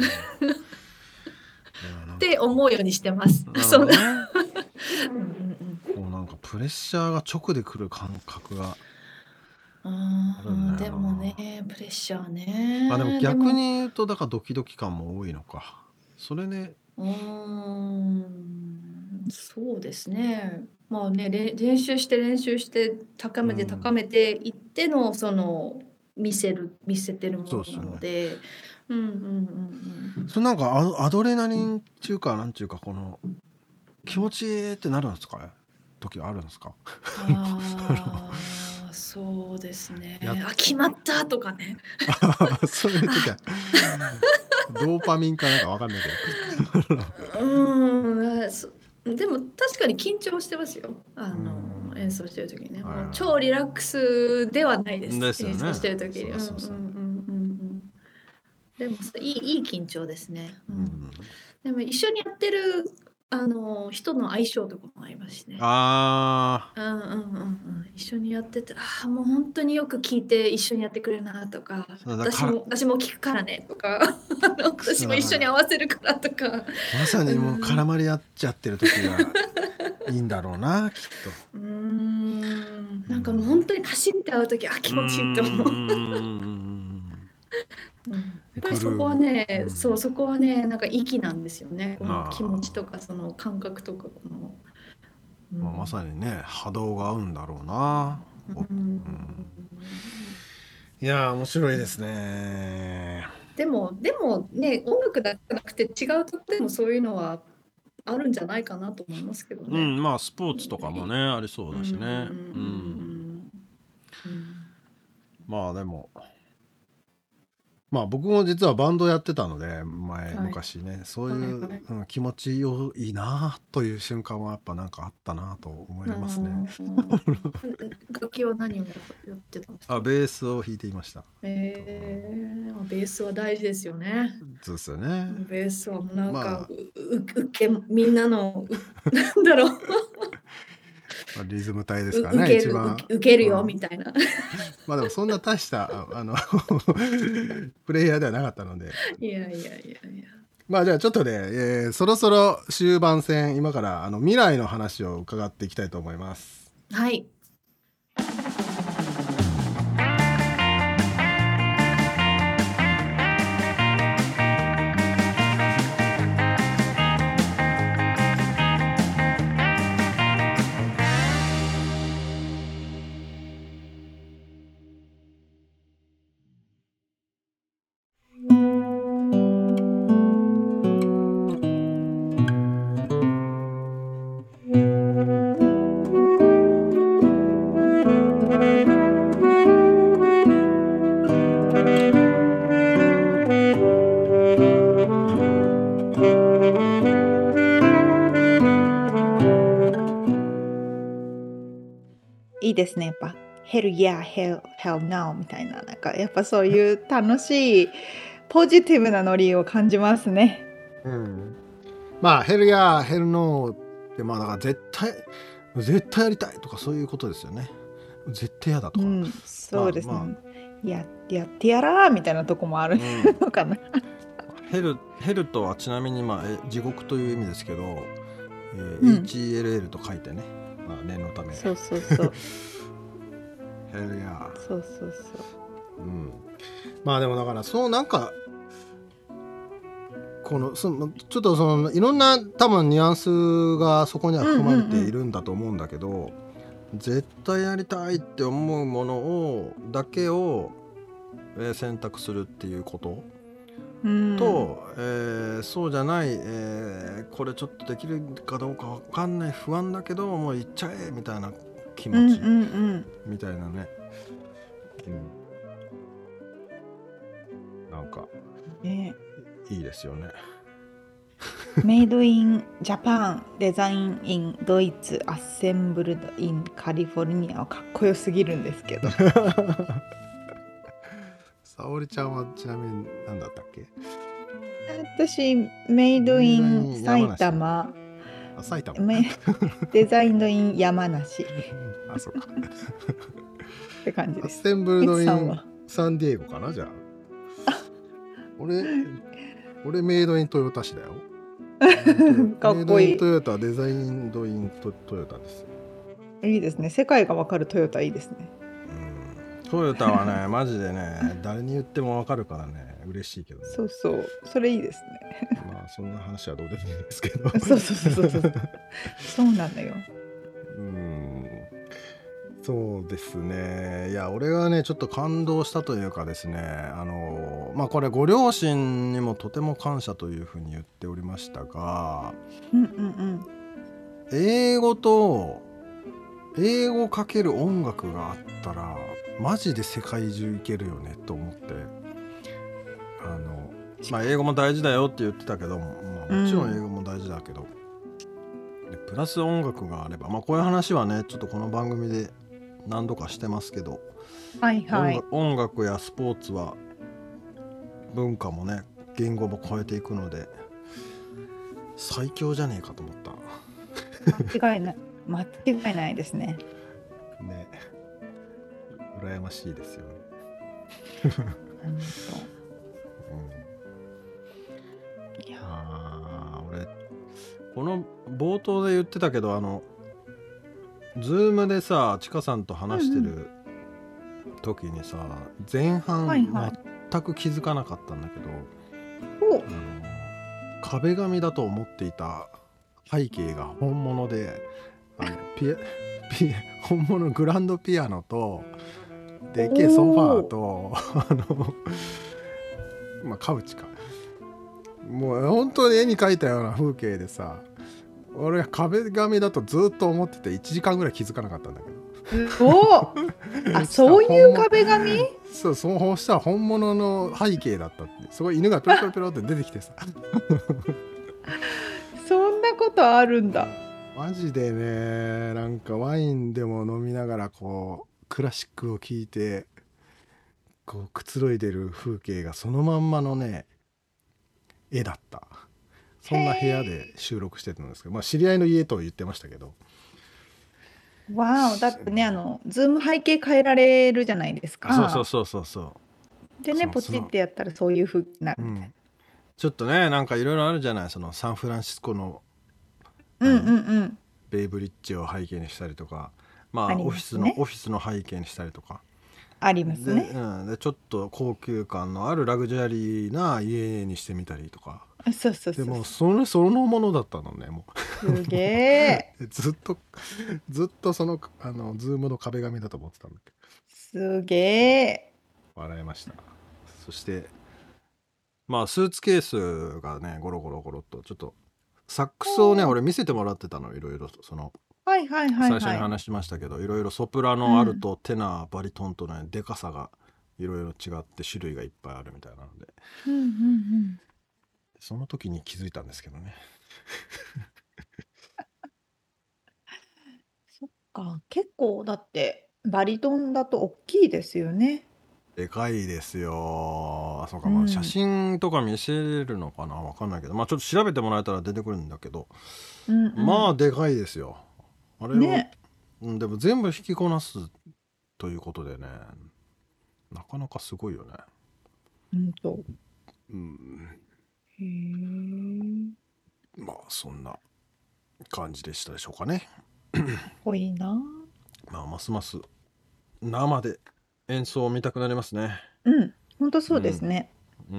って思うようにしてます。そうだ。 こうなんかプレッシャーが直で来る感覚がある。でもねプレッシャーね。 あでも逆に言うとだからドキドキ感も多いのか。それね。 うーんそうですね。まあね練習して練習して高めて高めていっての、うん、その見せる見せてるものなので。うんうんうんうん。 それなんか ア, アドレナリンっていうかなんていうかこの気持ちいいってなるんですかね。時あるんですか。 あそうですね。あ決まったとかね。 そういう時はドーパミンかなんかわかんないけど。うんでも確かに緊張してますよ。あの演奏してる時にね。もう超リラックスではないです。ですよね、演奏してる時に。でもいいいい緊張ですね。うん、でも一緒にやってるあの人の相性とかもありますしね。ああ、うんうんうんうん。一緒にやってて、ああもう本当によく聞いて一緒にやってくれるなとか、私も私も聞くからねとか、私も一緒に合わせるからとか。 まさにもう絡まり合っちゃってる時がいいんだろうなきっと。 うーん、なんかもう本当にパシンって合う時、あ気持ちいいって思う。うん、やっぱりそこはね、うん、そうそこはねなんか息なんですよね。この気持ちとかその感覚とかこの、 うんまあ、まさにね波動が合うんだろうな、うんうん、いや面白いですね。 でもでもね音楽だけじゃなくて違うとこでもそういうのはあるんじゃないかなと思いますけどね。 うんまあスポーツとかもね、うん、ありそうだしね。まあでもまあ僕も実はバンドやってたので前、はい、昔ねそういう、はいはいうん、気持ちよいなという瞬間はやっぱなんかあったなと思いますね。 楽器は何をやってたんですか？ あベースを弾いていました。 えー、ベースは大事ですよね。 そうですよね。 ベースはなんか、まあ、う受けみんなのなんだろうリズム体ですからね一番受けるよ、うん、みたいなまあでもそんな大したあのプレイヤーではなかったのでいやいやいやいやまあじゃあちょっとね、えー、そろそろ終盤戦今からあの未来の話を伺っていきたいと思います。 はいいいですねやっぱ Hell yeah, hell, hell no みたいななんかやっぱそういう楽しいポジティブなノリを感じますね。 うん、まあ Hell yeah, hell no ってまあだから絶対絶対やりたいとかそういうことですよね。絶対嫌だとか、うん、 そうですね、まあまあ、や, やってやらーみたいなとこもあるのかな、うん、 ヘル, ヘルとはちなみに、まあ、地獄という意味ですけど、えーうん、エイチイーエルエル と書いてね、まあ、念のためそうそうそうヘルやそうそうそう、 うん、まあでもだからそうなんかこのそのちょっとそのいろんな多分ニュアンスがそこには含まれているんだと思うんだけど、うんうんうん、絶対やりたいって思うものをだけを、えー、選択するっていうこと、うん、と、えー、そうじゃない、えー、 これちょっとできるかどうかわかんない、不安だけどもう行っちゃえみたいな気持ち、 うんうんうん、 みたいなね、うん、なんか、ね、いいですよね。 メイドインジャパン、デザインインドイツ、アッセンブルドインカリフォルニアはかっこよすぎるんですけど。 沙織ちゃんはちなみに何だったっけ？ 私メイドイン埼玉、 あ、埼玉デザインドイン山梨あ、そうかって感じです。 アッセンブルドインサンディエゴかな。じゃあ俺俺メイドイントヨタ市だよ。かっこいい。メイドイントヨタ、デザインドイントトヨタです。 いいですね。世界がわかるトヨタいいですね。 うん、トヨタはねマジでね誰に言ってもわかるからね嬉しいけど、ね、 そうそうそれいいですね。 まあそんな話はどうでもいいんですけどそうそうそうそうそうなのよ。 うん、そうですね。いや俺がねちょっと感動したというかですね、あのまあこれご両親にもとても感謝というふうに言っておりましたが、 うんうんうん、 英語と英語かける音楽があったらマジで世界中行けるよねと思って、あのまあ英語も大事だよって言ってたけど、まあ、もちろん英語も大事だけど、うん、でプラス音楽があれば、まあこういう話はねちょっとこの番組で何度かしてますけど、 はいはい、 音, 音楽やスポーツは文化もね言語も超えていくので最強じゃねえかと思った。 間違いない間違いないですね。 ね、羨ましいですよね。うん、いやー俺この冒頭で言ってたけど、あのズームでさちかさんと話してる時にさ、うんうん、前半、はいはい、全く気づかなかったんだけど、あの壁紙だと思っていた背景が本物で、あのピアピ本物グランドピアノとでっけえソファーとあの、まあ、カウチか、もう本当に絵に描いたような風景でさ、俺は壁紙だとずっと思ってていちじかんぐらい気づかなかったんだけど。 おあ、そういう壁紙？ そう、そうしたら本物の背景だったって、すごい犬がペロペロペロって出てきてさそんなことあるんだ。 マジでね、なんかワインでも飲みながらこうクラシックを聴いてこうくつろいでる風景がそのまんまのね絵だった。そんな部屋で収録してたんですけど、まあ知り合いの家と言ってましたけど。 わお、だってね、あのズーム背景変えられるじゃないですか。 そうそうそうそうそう。 でね、ポチってやったらそういう風になるみたいな、うん、 ちょっとね、なんかいろいろあるじゃない、そのサンフランシスコの、 うんうんうん、 ベイブリッジを背景にしたりとか、まあ、あ、ね、オフィスのオフィスの背景にしたりとかありますね。 で、うん、でちょっと高級感のあるラグジュアリーな家にしてみたりとか。 そうそうそう。 でもそれそのものだったのね、もう。すげえ。 ずっとずっとそのあのズームの壁紙だと思ってたんだけど。 すげえ。 笑いました。そしてまあスーツケースがねゴロゴロゴロっとちょっとサックスをね俺見せてもらってたの、いろいろその、 はいはいはいはい、 最初に話しましたけど、いろいろソプラノ、アルト、テナー、バリトンとねでかさがいろいろ違って種類がいっぱいあるみたいなので、 うんうんうん、 その時に気づいたんですけどね。 そっか、結構だってバリトンだと大きいですよね。 でかいですよ。あ、そうか、まあ写真とか見せれるのかな、わかんないけど、まあちょっと調べてもらえたら出てくるんだけど、うんうん、まあでかいですよあれを、ね、うん、でも全部引きこなすということでね、なかなかすごいよね。 うんと、 うん、 へえ。 まあそんな感じでしたでしょうかね。 濃いな。 まあますます生で演奏を見たくなりますね。 うん、本当そうですね。 うん。うん、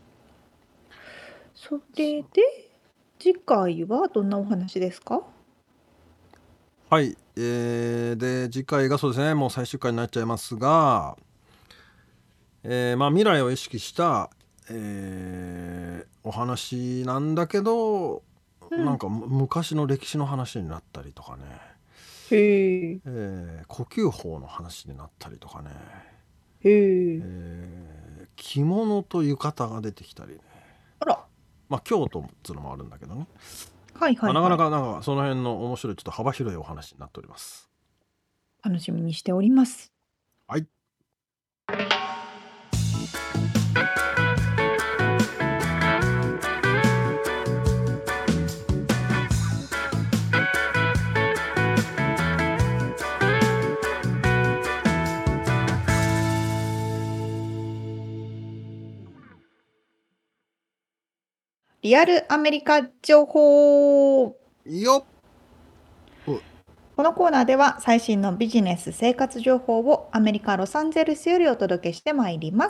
それで次回はどんなお話ですか？ はい、えー、で次回がそうですね、もう最終回になっちゃいますが、えー、まあ未来を意識した、えー、お話なんだけど、 なんかむ昔の歴史の話になったりとかね、 へえ。 えー呼吸法の話になったりとかね、 へえ。 えー着物と浴衣が出てきたりね、 あら。 まあ京都っつうのもあるんだけどね、まあ、 はいはいはい。 なかなかなんかその辺の面白いちょっと幅広いお話になっております。 楽しみにしております。 はい。 リアルアメリカ情報。 よっ。 このコーナーでは最新のビジネス生活情報をアメリカ・ロサンゼルスよりお届けしてまいります。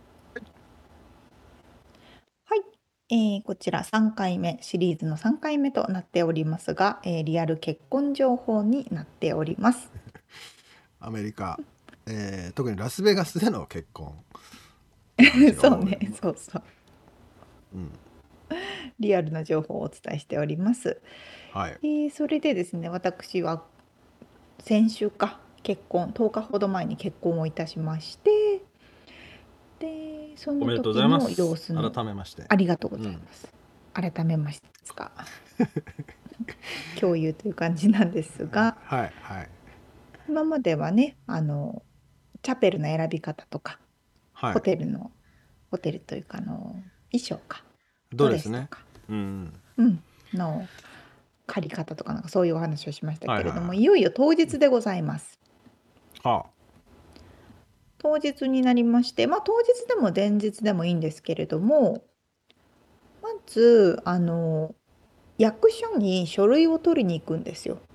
はい、えーこちらさんかいめ、シリーズのさんかいめとなっておりますが、えーリアル結婚情報になっております。 アメリカ、えー特にラスベガスでの結婚って感じが多い。 そうね、そうそう。 うんリアルな情報をお伝えしております。 はいえーそれでですね、私は先週か結婚とおかほど前に結婚をいたしまして、でそのおめでとうございま時の様す。 子の改めましてありがとうごうんざいます。改めましてですか共有という感じなんですが、 はいはい今まではね、あのチャペルの選び方とか、ホはいテルのホテルというかあの衣装かドどうですね。 レスとか、 うんうんの借り方とかなんかそういうお話をしましたけれども、 はいはいはいいよいよ当日でございます。 は当日になりまして、まあ当日でも前日でもいいんですけれども、まずあの役所に書類を取りに行くんですよ。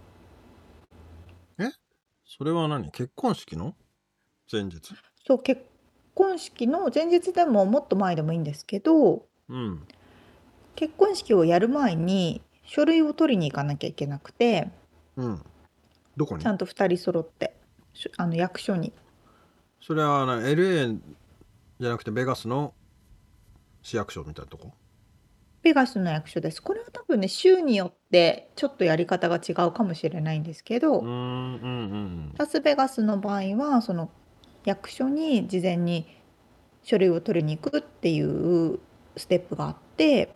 あえそれは何、結婚式の前日。 そう、結婚式の前日でももっと前でもいいんですけど、 うん結婚式をやる前に書類を取りに行かなきゃいけなくて、 うんどこにちゃんとふたり揃ってしあの役所に。 それはな エルエー じゃなくてベガスの市役所みたいなとこ。 ベガスの役所です。これは多分ね、州によってちょっとやり方が違うかもしれないんですけうーど、 んうんうんラスベガスの場合はその役所に事前に書類を取りに行くっていうステップがあって、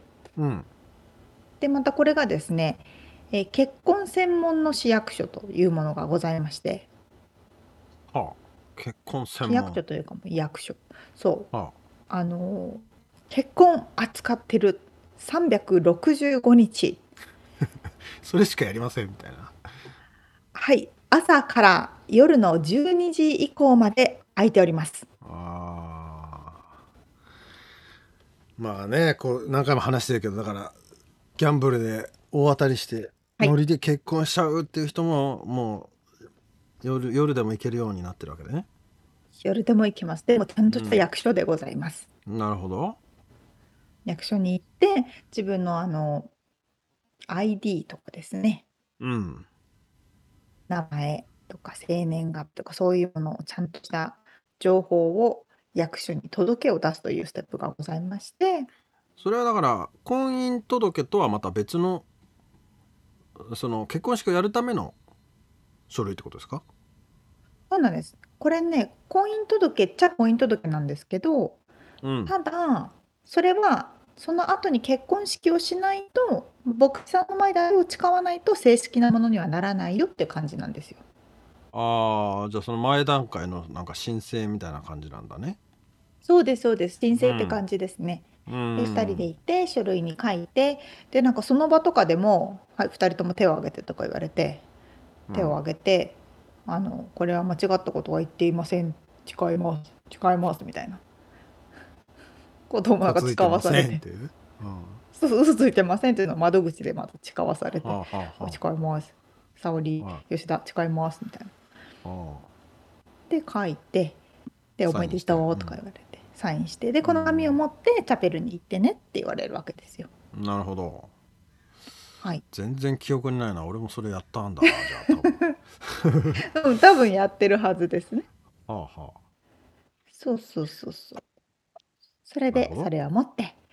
うんでまたこれがですね、えー結婚専門の市役所というものがございまして、 はあ結婚専市役門所というかもう役所、そうはあのー結婚扱ってるさんびゃくろくじゅうごにち、 あそれしかやりませんみたいな。 はい、朝から夜のじゅうにじ以降まで空いております。 あーまあね、こう何回も話してるけど、だからギャンブルで大当たりしてはいノリで結婚しちゃうっていう人ももう夜夜でも行けるようになってるわけでね。 夜でも行きます。でもちゃんとしたうん役所でございます。 なるほど。 役所に行って自分のあの アイディー とかですね、 うん名前とか生年月日とかそういうものをちゃんとした情報を役所に届けを出すというステップがございまして、 それはだから婚姻届とはまた別のその結婚式をやるための書類ってことですか。 そうなんです。これね、婚姻届っちゃ婚姻届なんですけど、 うんただそれはその後に結婚式をしないと、牧師さんの前であれを誓わないと正式なものにはならないよっていう感じなんですよ。 ああじゃあその前段階のなんか申請みたいな感じなんだね。 そうですそうです。申うん請って感じですね。 うでふたりでんいて書類に書いて、でなんかその場とかでも「はい、ふたりとも手を挙げて」とか言われて手をうん挙げて「あのこれは間違ったことは言っていません、誓います誓います」みたいなことをなんか誓嘘ついてまわされて、 せんっていう。うんそうそう嘘ついてませんというのを窓口でまた誓わされてはあは 「 あは誓います沙織あは吉田誓います」みたいな。 あはで書いて「でおめでとう」とか言われてサインして、でこの紙を持ってチャペルに行ってねって言われるわけですよ。 あなるほど。 はい。 全然記憶にないな。俺もそれやったんだなじゃあ多分。 うん多分やってるはずですね。 はあはそうそうそうそう。それなるほどでそれを持って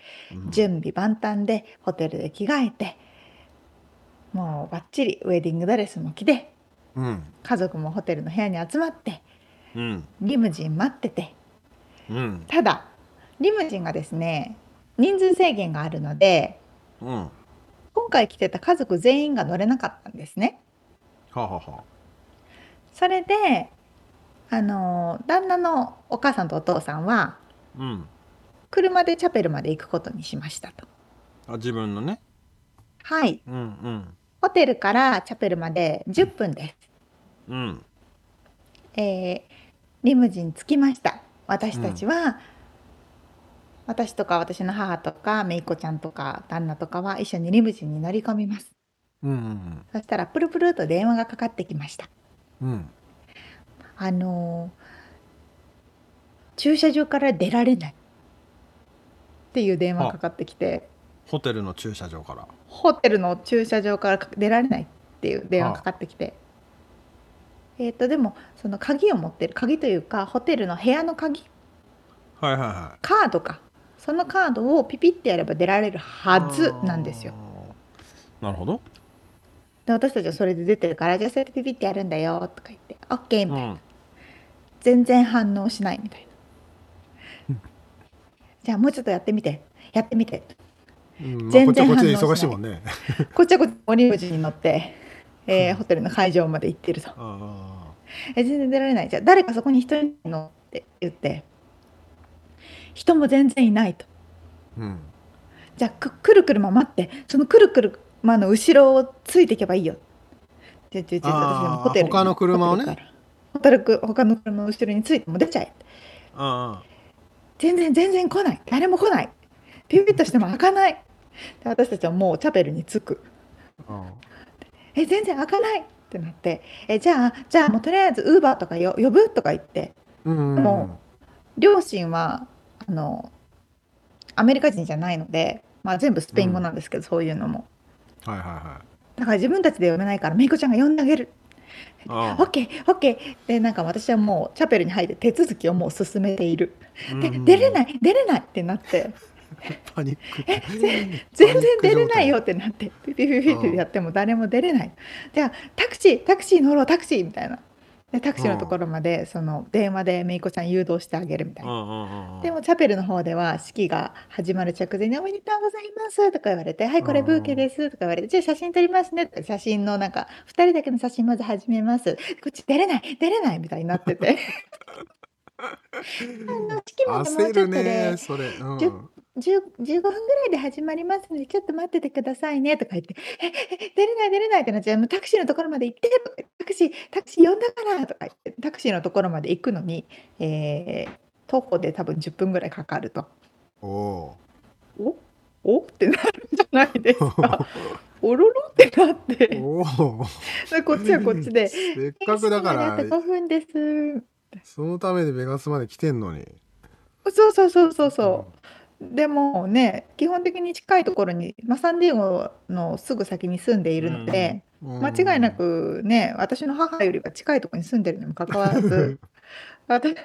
うん準備万端でホテルで着替えて、もうバッチリウェディングドレスも着て、 うん家族もホテルの部屋に集まってうんリムジン待ってて、 うんただリムジンがですね、人数制限があるので、 うん今回来てた家族全員が乗れなかったんですね。 はあはあはそれであの旦那のお母さんとお父さんはあうん車でチャペルまで行くことにしましたと。 あ自分のねはい、 うんうんホテルからチャペルまでじゅっぷんです。 うんえーリムジン着きました。私たちは、私とか私の母とかめいこちゃんとか旦那とかは一緒にリムジンに乗り込みます。 うんうんそしたらプルプルと電話がかかってきました。 うんあのー駐車場から出られないっていう電話がかかってきて、 ホテルの駐車場からホテルの駐車場から出られないっていう電話がかかってきて、えーとでもその鍵を持ってる、鍵というかホテルの部屋の鍵、 はいはいはいカードか、そのカードをピピってやれば出られるはずなんですよ。 なるほどで私たちはそれで出てるから、じゃあそれでピピってやるんだよとか言って OK みたいな、 うん全然反応しないみたいなじゃあもうちょっとやってみてやってみてうんまあ全然こっちはこっちで反応しない忙しいもんねこっちはこっちおリムジンに乗って、えーホテルの会場まで行ってると。 あえ全然出られない。じゃあ誰かそこに人いるのって言って、人も全然いないと。 ーうんじゃあくくるくるま待って、そのくるくるまの後ろをついていけばいいよ。じゃじゃじゃ私でもホテルに他の車をねホテルからホテルく他の車の後ろについても出ちゃえ。 あ全然全然来ない、誰も来ない、ピピッとしても開かない。で私たちはもうチャペルに着く。 あえ全然開かないってなって、えじゃあじゃあもうとりあえずウーバーとかよ呼ぶとか言って、 うんも両親はあのアメリカ人じゃないので、まあ、全部スペイン語なんですけど、そういうのもはいはいはいだから自分たちで読めないからめいこちゃんが呼んであげる。 あオッケーオッケーで、なんか私はもうチャペルに入って手続きをもう進めている。でうん出れない出れないってなって、 パニックえ全然出れないよってなって、ピピピピってやっても誰も出れない。じゃあタクシータクシー乗ろうタクシーみたいな。でタクシーのところまでその電話でめいこちゃん誘導してあげるみたいな。でもチャペルの方では式が始まる直前に「おめでとうございます」とか言われて「はいこれブーケです」とか言われて「じゃあ写真撮りますね」って写真のなんかふたりだけの写真まず始めます。こっち出れない出れないみたいになっててあの式までもう焦るちょっとでねそれ、うん、 じゅじゅう じゅうごふんぐらいで始まりますのでちょっと待っててくださいねとか言って「ええ出れない出れない」ってなっちゃう。もうタクシーのところまで行ってとかタクシータクシー呼んだからとか言ってタクシーのところまで行くのに、えー徒歩で多分じゅっぷんぐらいかかると。 おおおおってなるじゃないですか。おろろってなっておおでこっちはこっちでせっかくだか式まであとらごふんです。 そのためにベガスまで来てんのにそうそうそうそうそうでもね基本的に近いところに、まあ、サンディエゴのすぐ先に住んでいるので、 うん間違いなくね私の母よりは近いところに住んでるにもかかわらず私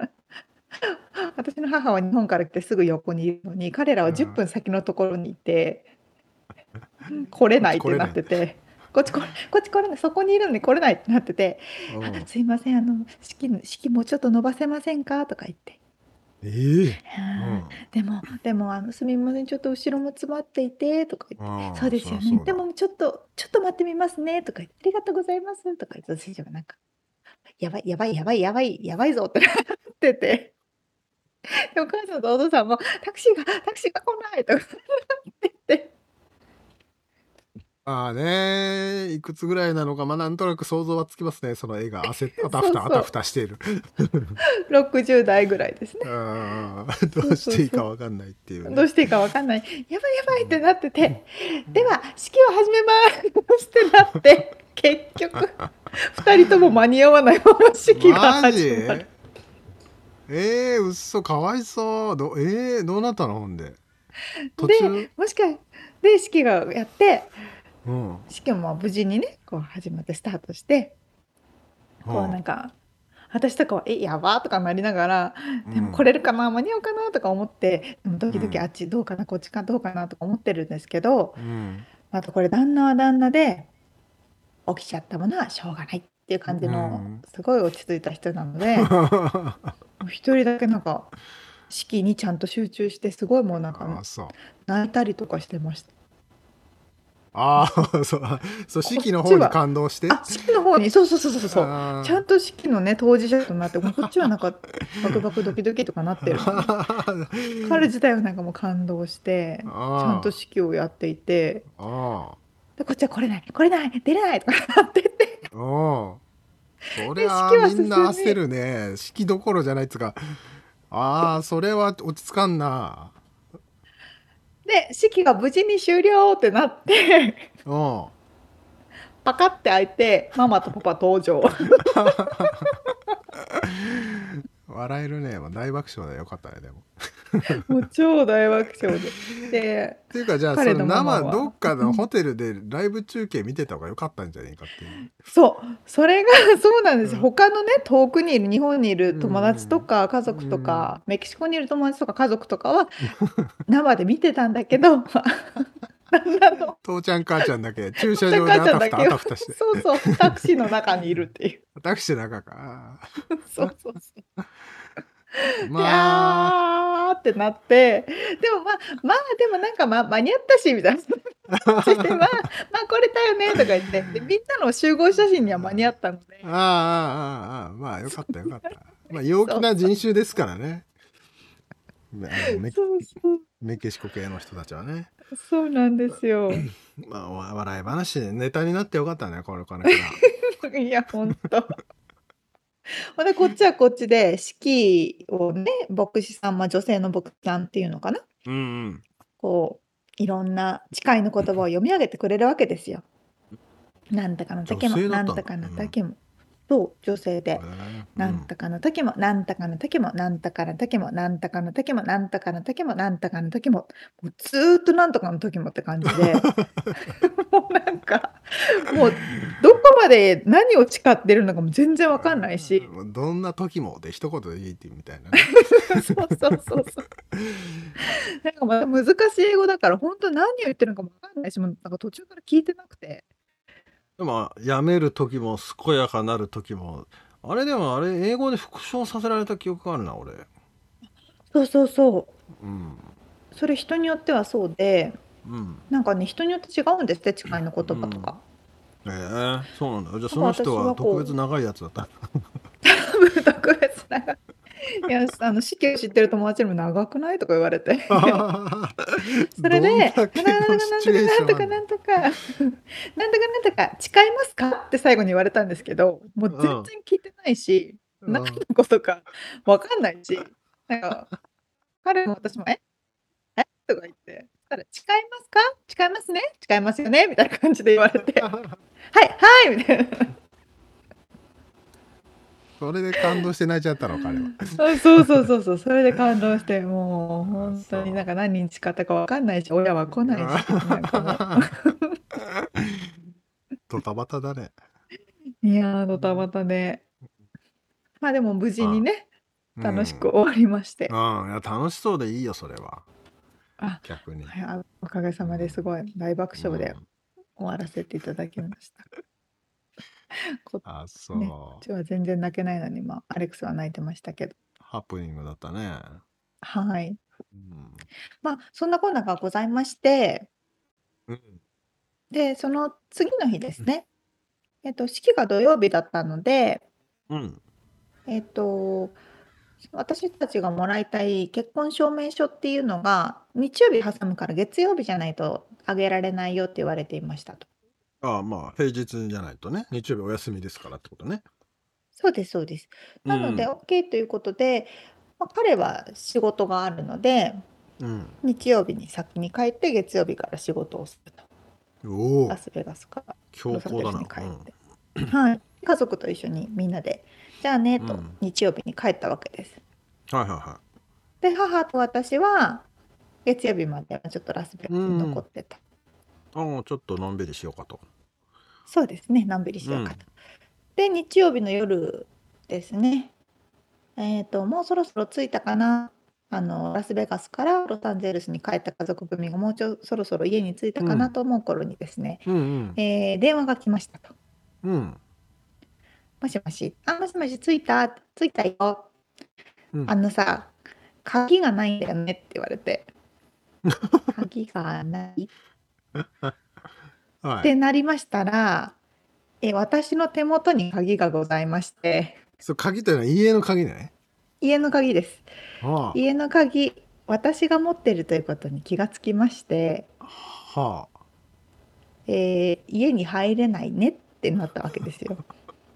私の母は日本から来てすぐ横にいるのに彼らはじゅっぷん先のところにいて来れないってなっててこっち来れこっち来れないそこにいるのに来れないってなっててうんあすいませんあの式式もうちょっと伸ばせませんかとか言ってええあーでもでもあのすみませんちょっと後ろも詰まっていてとか言ってああそうですよそりゃそうだねでもちょっとちょっと待ってみますねとか言ってありがとうございますとか言って私たちがなんかやばいやばいやばいやばいやばいぞってなっててでお母さんとお父さんもタクシーがタクシーが来ないとか言ってああねいくつぐらいなのかまあなんとなく想像はつきますねその絵が汗あたふそうそうたあたふたしているろくじゅう代ぐらいですね。 ああどうしていいかわかんないっていうねどうしていいかわかんないやばいやばいってなっててでは式を始めますってなって結局ふたりとも間に合わないまま式がマジ始まる。 ええー、うっそかわいそうどえー、どうなったのほんで途で中もしかで式がやってうん式も無事にねこう始まってスタートしてこうなんかか私とかはえやばとかなりながら、でも来うんれるかな間に合うかなとか思って、でもう時々あんっちどうかなこっちかどうかなとか思ってるんですけど、 うんあとこれ旦那は旦那で起きちゃったものはしょうがないっていうう感じのんすごい落ち着いた人なので、もう一人だけなんか式にちゃんと集中してすごいもうなんあかあ、そう。 泣いたりとかしてました。 ああ、そう、そう、 こ式の方にっちは感動してあ式の方にそうそうそうそうそうちゃあんと式のね当事者となってもうこっちはなんかバクバクドキドキとかなってるのにあ、 彼自体はなんかもう感動してちゃんとあ式をやっていて、 あ、 でこっちは来れない来れない出れないとかなってて、 ああ、そりでゃ式は進みんな焦みるね。式どころじゃないっつうか。ああ、それは落ち着かんな。 で式が無事に終了ってなってうん。 パカって開いてママとパパ登場笑えるね。もう大爆笑でよかったね、でも。 もう超大爆笑ででっていうか、じゃあ、それ彼のママ生、どはっかのホうんテルでライブ中継見てた方がよかったんじゃねえかっていう。 そうそれがそうなんです。 うん他のね遠くにいる日本にいるう友達とんか家う族とん。 かメキシコにいる友達とか家族とかは生で見てたんだけど旦那の父ちゃん母ちゃんだけ駐車お場であたふたあ母ちゃんだけはたふたして。 そうそうタクシーの中にいるっていうタクシーの中か。 そうそうそうでまあ、 あーってなってでもまあまあでもなんか、ま、間に合ったしみたいなそしてまあまあ来れたよねとか言ってでみんなの集合写真には間に合ったのでああ、ああ、ああ、まあよかったよかった。まあ陽そう気な人種ですからね。めあのメそうそうメキシコ系の人たちはね。 そうなんですよまあわ笑い話でネタになってよかったね、これこれから。 いやほんとほんでこっちはこっちで式をね牧師さん、まあ、女性の牧師さんっていうのかなうんうん。 こういろんな誓いの言葉を読み上げてくれるわけですよ。なんとかの女時も性だったんだ。 なんとかのうん。 時もそう女性へでえ、うなんん。 とかの時もなんとかの時もなんとかの時もなんとかの時もなんとかの時もなんとかの時ももうずーっとなんとかの時もって感じでもうなんかもうどこまで何を誓ってるのかも全然わかんないしもうどんな時もで一言でいいってみたいなね。 そうそうそうそうなんかまた難しい英語だから本当何を言ってるのかもわかんないしもうなんか途中から聞いてなくてでもやめる時も健やかなる時も、あれでもあれ英語で復唱させられた記憶があるな、俺。 そうそうそううん。 それ人によってはそうでうん。 なんかね人によって違うんですって誓いのう言葉とん。 か。 ええ、そうなんだ。じゃあだからその人私はは特別こう長いやつだった。 多分特別長いいやあの式を知ってる友達にも長くないとか言われてそれどんでだけ 「なんとかのシチュエーシなんとかョンあんの。 なんとかなんとかなんとかなんとか誓いますか?」って最後に言われたんですけどもう全然聞いてないしうん。 何うん。 のことか分かんないしなんか彼も私も「ええとか言って「そしたら誓いますか誓いますね誓いますよね」みたいな感じで言われて「はいはい」みたいなそれで感動して泣いちゃったの、彼は。 あそうそうそうそうそれで感動してもうあ、 本当になんそか何人誓ったか分かんないし親は来う。 ないしなんかもドタバタだね。 ういやードタバタでまあでも無事にあ、 ねう楽しくん。 終わりましうん。 ていや、楽しそうでいいよ、それは。 あ逆に。 はいあおかげさうまですん。 ごい大爆う笑でん。 終わらせていただきましたこあ、 ねこっそちは全然泣けないのにまあアレックスは泣いてましたけどう。ハプニングだったね。 はいうん。 まあそんなこんながございましてうん。 でその次の日ですねえっと式が土曜日だったのでうん。 えっと私たちがもらいたい結婚証明書っていうのが日曜日挟むから月曜日じゃないとあげられないよって言われていましたと。 ああ、まあ、平日じゃないとね。日曜日お休みですからってことね。 そうですそうです。 うなのでん。 OK ということで、まあ、彼は仕事があるのでうん。 日曜日に先に帰って月曜日から仕事をすると。 おお、 ラスベガスから強ロサンゼルスに行だな。うん。 帰って。はい。家族と一緒にみんなでじゃあねとうん。 日曜日に帰ったわけです。 はいはいはで母と私は月曜日まではちょっとラスベい。うガスに残っん。 てた。 ああ、ちょっとのんびりしようかと。 そうですね、のんびりしうん。 ようかと。で、日曜日の夜ですね。えっと、もうそろそろ着いたかな。あの、ラスベガスからロサンゼルスに帰った家族組がもうちょそろそろ家に着いたかなうん。 と思う頃にですね、 うんうん。 えー電話が来ましたと。 うん。 もしもし、あ、もしもし、着いた着いたよ。あうん。 のさ、鍵がないんだよねって言われて、鍵がないっはい。 てなりましたら、え、私の手元に鍵がございまして、 そう、鍵というのは家の鍵ね。 家の鍵です。 は家の鍵、私が持ってるということに気がつきまして、 あ。はあ。 えー家に入れないねってなったわけですよ。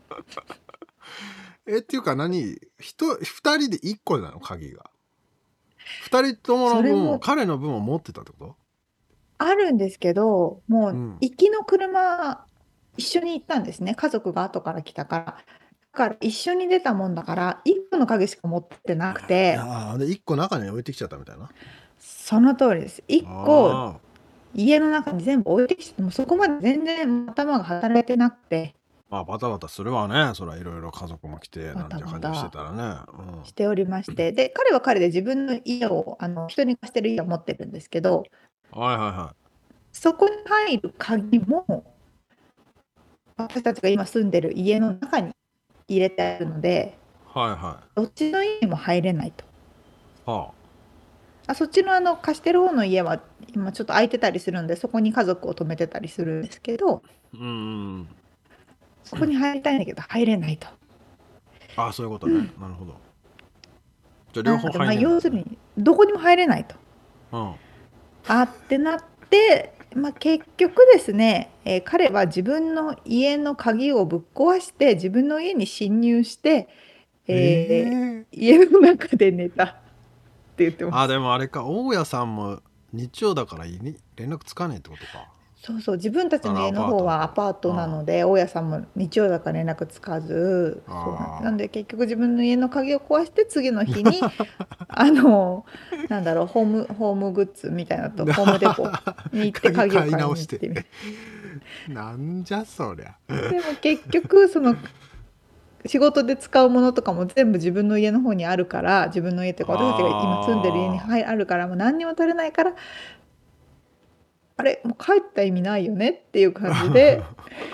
え、っていうか何人、二人で一個なの鍵が。二人ともの分を、 それも彼の分を持ってたってこあるんですけど、もうとうん。 行きの車一緒に行ったんですね。家族が後から来たから。だから一緒に出たもんだからいっこの鍵しか持ってなくいやて、 ーで、一個中に置いてきちゃったみたいな。 その通りです。いっこあ家の中に全部置いてきてもそこまで全然頭が働いてなくて、 あ。まあ、バタバタするわね。そらいろいろ家族も来て、 バタなんじゃかんじゃしてバタたらね。うん。 しておりまして、で彼は彼で自分の家をあの人に貸してる家を持ってるんですけど、 はいはいはそこに入る鍵も私たちが今住んでる家の中に入れてあるので、 い。はいはどっちの家にも入れないと。 い。はあ、そっちのあの貸してる方の家は今ちょっと空いてたりするんで、そこに家族を泊めてたりするんですけど、 あ。うんうん。 そこに入りたいんだけど入れないと。 ああ、そういうことね。なるほど。じゃあ両方なので、まあ、 入れないのね。 要するにどこにも入れないと。 うん。 あってなって、まあ、結局ですね、えー彼は自分の家の鍵をぶっ壊して自分の家に侵入して、えーええ家の中で寝たって言ってまあ、 す。 でもあれか、大家さんも日曜だからいに連絡つかねえってことか。 そうそう、自分たちあのアの家の方パートだと。 はアパートなあので、大家さんも日曜だから連絡つかず、そうなんなんあ。 で結局自分の家の鍵を壊して次の日にあのなんだろう、ホームホームグッズみたいなのとホームデポに行って鍵鍵を買い買い直してに行ってみたいなんじゃそりゃ。 でも結局その仕事で使うものとかも全部自分の家の方にあるから、自分の家っていうか私たちが今住んでる家にああ。 はいあるからもう何にも取れないから、あれもう帰った意味ないよねっていう感じで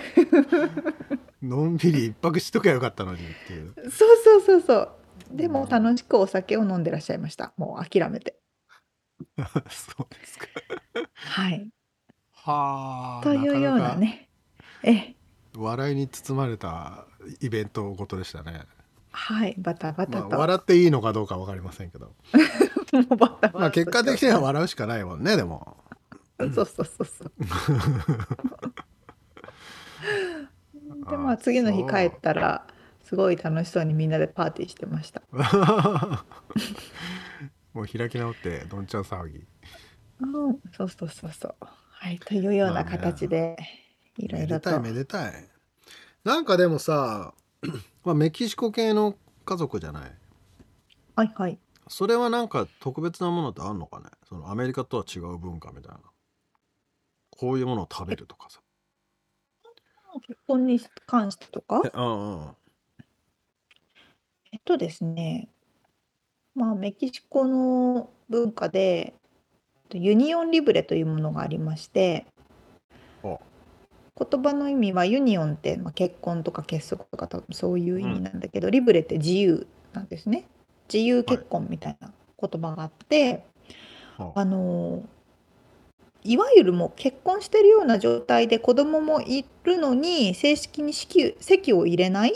のんびり一泊しとけばよかったのにっていう。 そうそうそうそう。でもうん楽しくお酒を飲んでらっしゃいました。もう諦めて。 そうですか。 はい。 はあ、なというようなかなかね。え、 笑いに包まれたイベントごとでしたね。 はい、バタバまあ、 タと。 笑っていいのかどうかわかりませんけど。 もうバタまあ、 バタ結果的にはとしております。 笑うしかないもんね、でも。 そうそうそうそう。で、まああ、 あ次の日帰っそたら、すごい楽しそうにみんなでパーティーしてました。 う。もう開き直ってどんちゃん騒ぎ。 うん、そうそうそうそう。はい、というようなまあね、 形で、いろめでたいいろと。 めでたい。なんかでもさ、まあ、メキシコ系の家族じゃない。 はいはい。 それはなんか特別なものってあんのかね。そのアメリカとは違う文化みたいな。こういうものを食べるとかさ。 結婚に関してとか、 えうんうん。 えっとですね、まあメキシコの文化で、ユニオンリブレというものがありまして、 あ、 言葉の意味はユニオンって、まあ、結婚とか結束とか多分そういう意味うん。 なんだけど、リブレって自由なんですね。自由はい。 結婚みたいな言葉があって、 はあのいわゆるもう結婚してるような状態で子供もいるのに正式に式籍を入れない。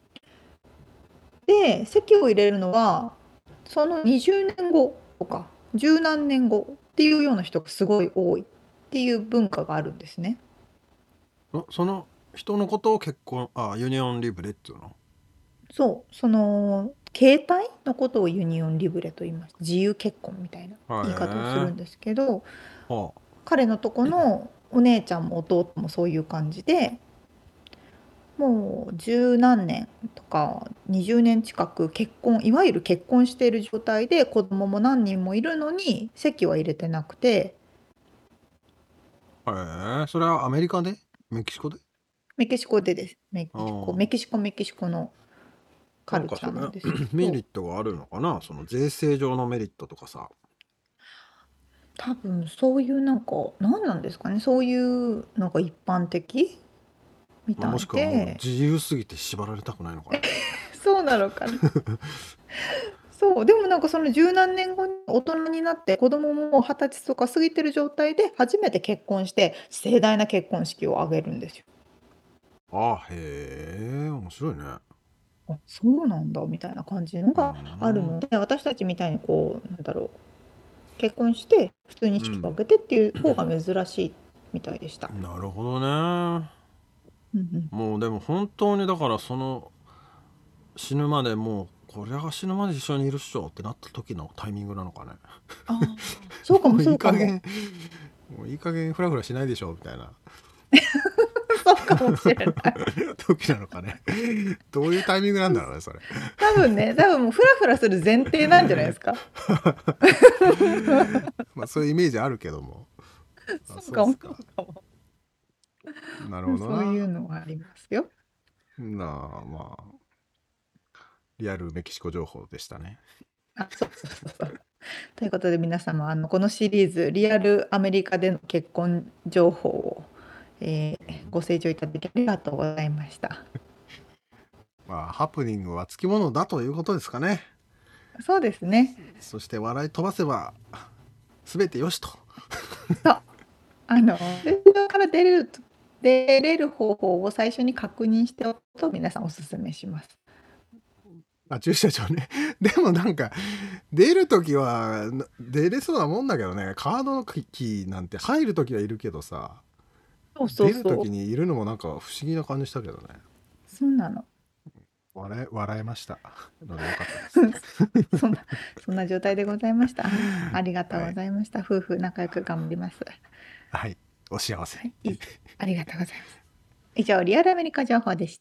で籍を入れるのはそのにじゅうねんごとか十何年後っていうような人がすごい多いっていう文化があるんですね。 あ。んその人のことを結婚、あ、ユニオンリブレっていうの。 そうその形態のことをユニオンリブレと言います。自由結婚みたいな言い方をするんへえ。 ですけど、 は彼のとこのお姉ちゃんも弟もそういう感じで、もう十何年とかにじゅうねん近く結婚いわゆる結婚している状態で子供も何人もいるのに籍は入れてなくて、 あ。へえ。それはアメリカでメキシコでメキシコでです。メキシコメあキシコメキシコのカルチャーなんですけど、 メリットがあるのかな、その税制上のメリットとかさ。 多分そういうなんか何なんですかね、そういうなんか一般的みまあ、 たいもしくはもうで、 自由すぎて縛られたくないのかな。 そうなのかな。そうでもなんかその十何年後に大人になって子供ももう二十歳とか過ぎてる状態で初めて結婚して盛大な結婚式を挙げるんですよ。 ああ、へえ、面白いね。 あ、そうなんだみたいな感じのうがあるん。 ので、私たちみたいにこうなんだろう、結婚して普通に式をうん。 挙げてっていう方が珍しいみたいでした。 なるほどね。 うんうん。 もうでも本当にだからその死ぬまでもうこれが死ぬまで一緒にいるっしょってなった時のタイミングなのかね。 ああ、そうかももういそうかも。 い加減、もういい加減フラフラしないでしょみたいなそうかもしれない。 時なのかね。どういうタイミングなんだろうね、それ。 多分ね、多分もうフラフラする前提なんじゃないですか。 まあそういうイメージあるけども。あ、 そうかもそうっすか。 そうかも。 なるほどそういうな。 のはありますよ。 なあ、まあ、リアルメキシコ情報でしたね。 あ、そうそうそうそう。ということで皆様、あのこのシリーズリアルアメリカでの結婚情報を、えーご清聴いただきありがとうございました。 まあ、ハプニングはつきものだということですかね。 そうですね。 そして笑い飛ばせば全てよしと。 そうあの駐車場から出れる出れる方法を最初に確認しておくと皆さんおすすめします。 あ、駐車場ね。でもなんか出るときはな出れそうなもんだけどね。カードのキーなんて入るときはいるけどさ、 そうそう出るとそう。 きにいるのもなんか不思議な感じしたけどね。 そうなの。 笑え笑えましたのでよかったです。 そんなそんな状態でございました。ありがとうはい、 ございました。夫婦仲良く頑張ります。 はい、お幸せはに。 い、いありがとうございます。以上、リアルアメリカ情報でした。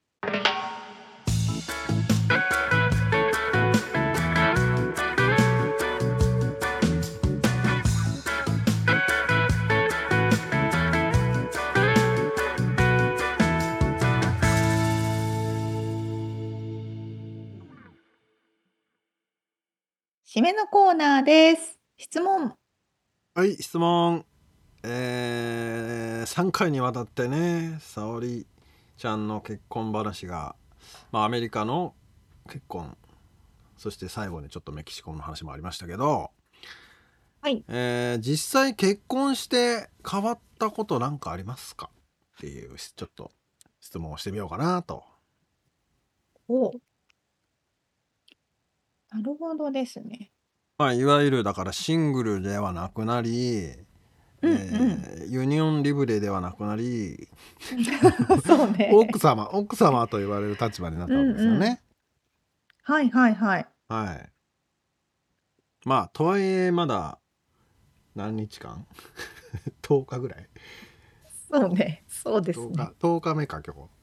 締めのコーナーです。質問。 はい、質問。えー、さんかいにわたってね、沙織ちゃんの結婚話が、まあ、アメリカの結婚、そして最後にちょっとメキシコの話もありましたけど、 はい。 えー実際結婚して変わったことなんかありますかっていうちょっと質問をしてみようかなと。 お、なるほどですね。 まあ、いわゆるだからシングルではなくなり、 うんうん。 えーユニオンリブレではなくなり、 そうね。 奥様奥様と言われる立場になったわけですようんうん。 ね。 はいはいはい。 はい。まあとはいえまだ何日間とおかぐらいそうね。そうです 10 ね。 日とおかめか今日、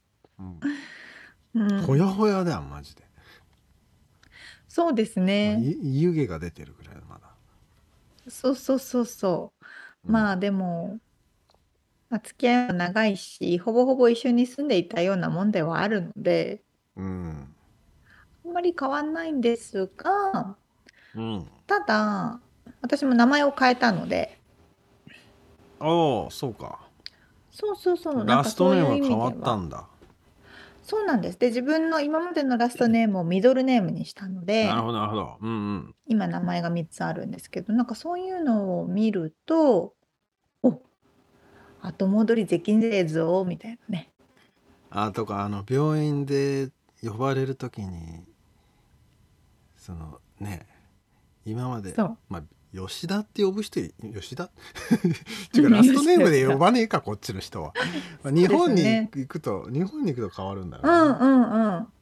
うん、ほうん。 やほやだよマジで。 そうですね。 い湯気が出てるぐらいまだ。 そうそうそうそう。 うんまあでも、まあ、付き合いは長いし、ほぼほぼ一緒に住んでいたようなもんではあるので、 うんあんまり変わんないんですが、 うんただ、私も名前を変えたので、 ああそうか。 そうそうそう、なんラストネかそういう意ーム変わ味では、 ったんだ。 そうなんです。で、自分の今までのラストネームをミドルネームにしたので、 なるほどなるほど。うんうん。 今名前がみっつあるんですけど、なんかそういうのを見ると、お、後戻りできねえぞ、みたいなね。 あとかあの病院で呼ばれるときにそのね今までそう。 まあ吉田って呼ぶ人い吉田違うラストネームで呼ばねえかこっちの人は。まあ日本にね。 行くと日本に行くと変わるんだような。 んうんうん。 だ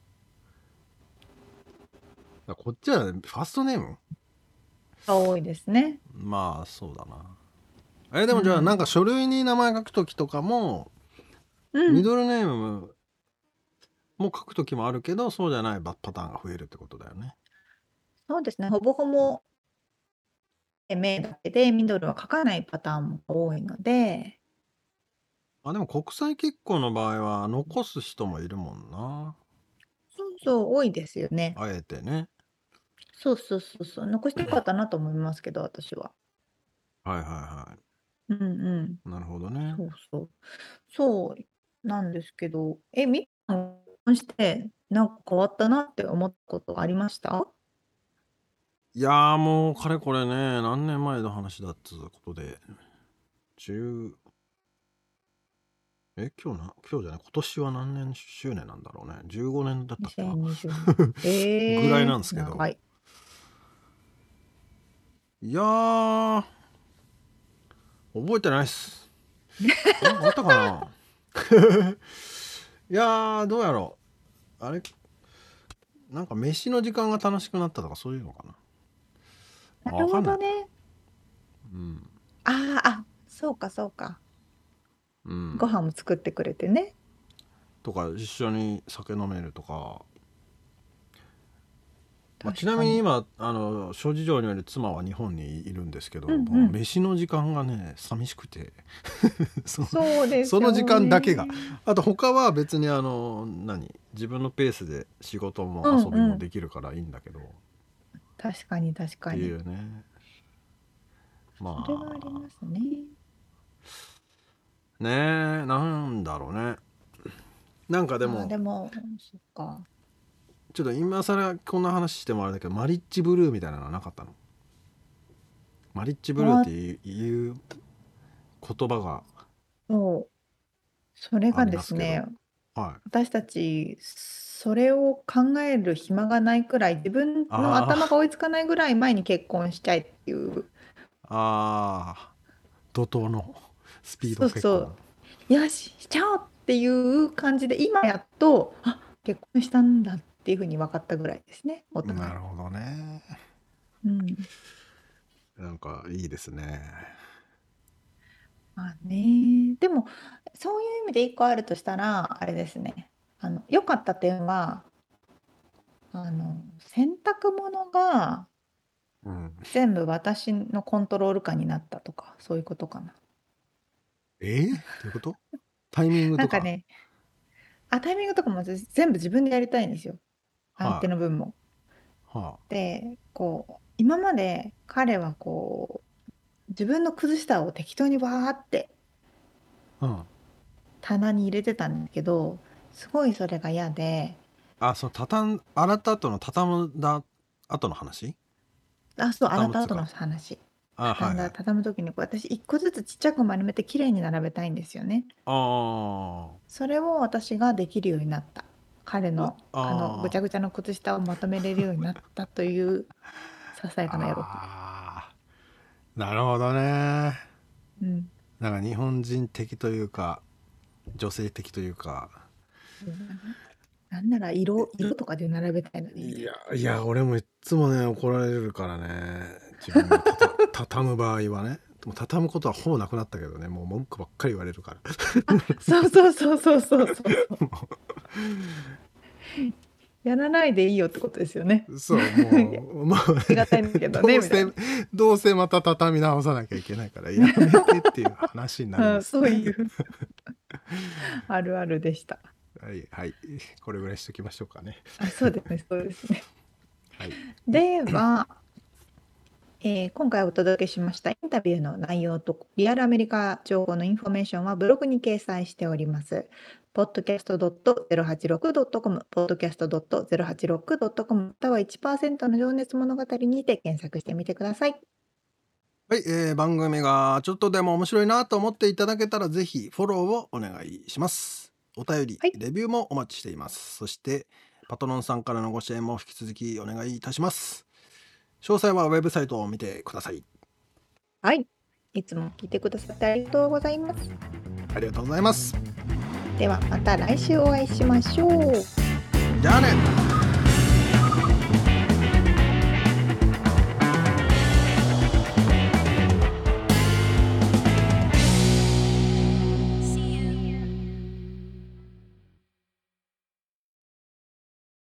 からこっちはファストネームが多いですね。 まあそうだな。えでもじゃあうんなんか書類に名前書くときとかも、 うんミドルネームも書くときもあるけどそうじゃないパターンが増えるってことだよね。 そうですね。ほぼほぼ名だけでミドルは書かないパターンも多いので、 あでも国際結婚の場合は残す人もいるもんな。 そうそう多いですよね。 あえてね。 そうそうそうそう残してよかったなと思いますけど私は。 はいはいはうんうん。 い。なるほどね。 そうそう。そうなんですけど、え、みかん結婚してなんか変わったなって思ったことありました？ いやーもうかれこれね何年前の話だっつうことでじゅうえ今日な今日じゃない今年は何年周年なんだろうねじゅうごねんだったっけなにせんにじゅうねん。えぐらいえなんですけど、 長い。 いやー覚えてないっす。えあったかないやーどうやろうあれなんか飯の時間が楽しくなったとかそういうのかな。 なるほあわかんない。 どね。 うんああ、あ、そうかそうか。 うんご飯も作ってくれてね。 とか一緒に酒飲めるとか、まあ、ちな確かに。 みに今あの諸事情により妻は日本にいるんですけど、 うんうん。 もう飯の時間がね寂しくてそそうですその時よ間だけが、 ね。 あと他は別にあの何自分のペースで仕事もうん遊びもうん。 できるからいいんだけど、っ確かに確かていに。 うね。 それはありまますね。 あねえなんだろうね。なんかでああ、 もでも、そっか。 ちょっと今更こんな話してもあれだけどマリッジブルーみたいなのはなかったの？マリッジブルーっあ、 ていういう言葉がそう。それがありですね、 ますけど、はい。 私たち、それを考える暇がないくらい、自分の頭があ追いつかないぐらい前に結婚したいっていう。 あああ怒涛のスピードそう結婚。 そう。よし、しちゃおうっていう感じで、今やっと、あ、結婚したんだっていうふうに分かったぐらいですね、お互い。 なるほどね。 うん。 なんかいいですね。 まあね。でも、そういう意味で一個あるとしたら、あれですね。あの、良かった点は、あの、洗濯物がうん。 全部私のコントロール下になったとか、そういうことかな。 えー、どういうこと？タイミングとか。 なんかね、あ、タイミングとかも私全部自分でやりたいんですよ。相手はい。 の分も。 はで、こう、今まで彼はこう、自分の靴下を適当にわーってあ。うん。 棚に入れてたんだけど、すごいそれが嫌で、 あ、そう畳ん洗った後の畳んだ後の話？ あ、そう、洗った後の畳むっつうか。 話。 あ、はいはい。 畳んだ、畳む時にこう私一個ずつちっちゃく丸めて綺麗に並べたいんですよね。 あそれを私ができるようになった。彼あ。 のあのぐちあゃぐちゃの靴下をまとめれるようになったというささやかな喜あ。ああ。なるほどね。 び。うん。 なんか日本人的というか女性的というか。 なんなら色、色とかで並べたいのにみたいいやいや俺もいつもね怒られるからね自分がたた畳む場合はね。でも畳むことはほぼなくなったけどね、もう文句ばっかり言われるからな。そうそうそうそうそうそう。やらないでいいよってことですよね。 そうもうもうありがたいんだけどどうせねみたいな。 どうせまた畳み直さなきゃいけないからやめてっていう話になるんあ、 です。 そういうあるあるでした。 はいはいこれぐらいしときましょうかね。 あ、そうですね、そうですね。 はいでは、えー今回お届けしましたインタビューの内容とリアルアメリカ情報のインフォメーションはブログに掲載しております。ポッドキャスト ドットゼロはちろく ドットコム、ポッドキャスト ドットゼロはちろく ドットコム、または いちパーセント の情熱物語にて検索してみてください。 はい、えー番組がちょっとでも面白いなと思っていただけたらぜひフォローをお願いします。お便り、 はいレビューもお待ちしています。そしてパトロンさんからのご支援も引き続きお願いいたします。詳細はウェブサイトを見てください。 はい。いつも聞いてくださってありがとうございます。 ありがとうございます。 ではまた来週お会いしましょう。 じゃあね。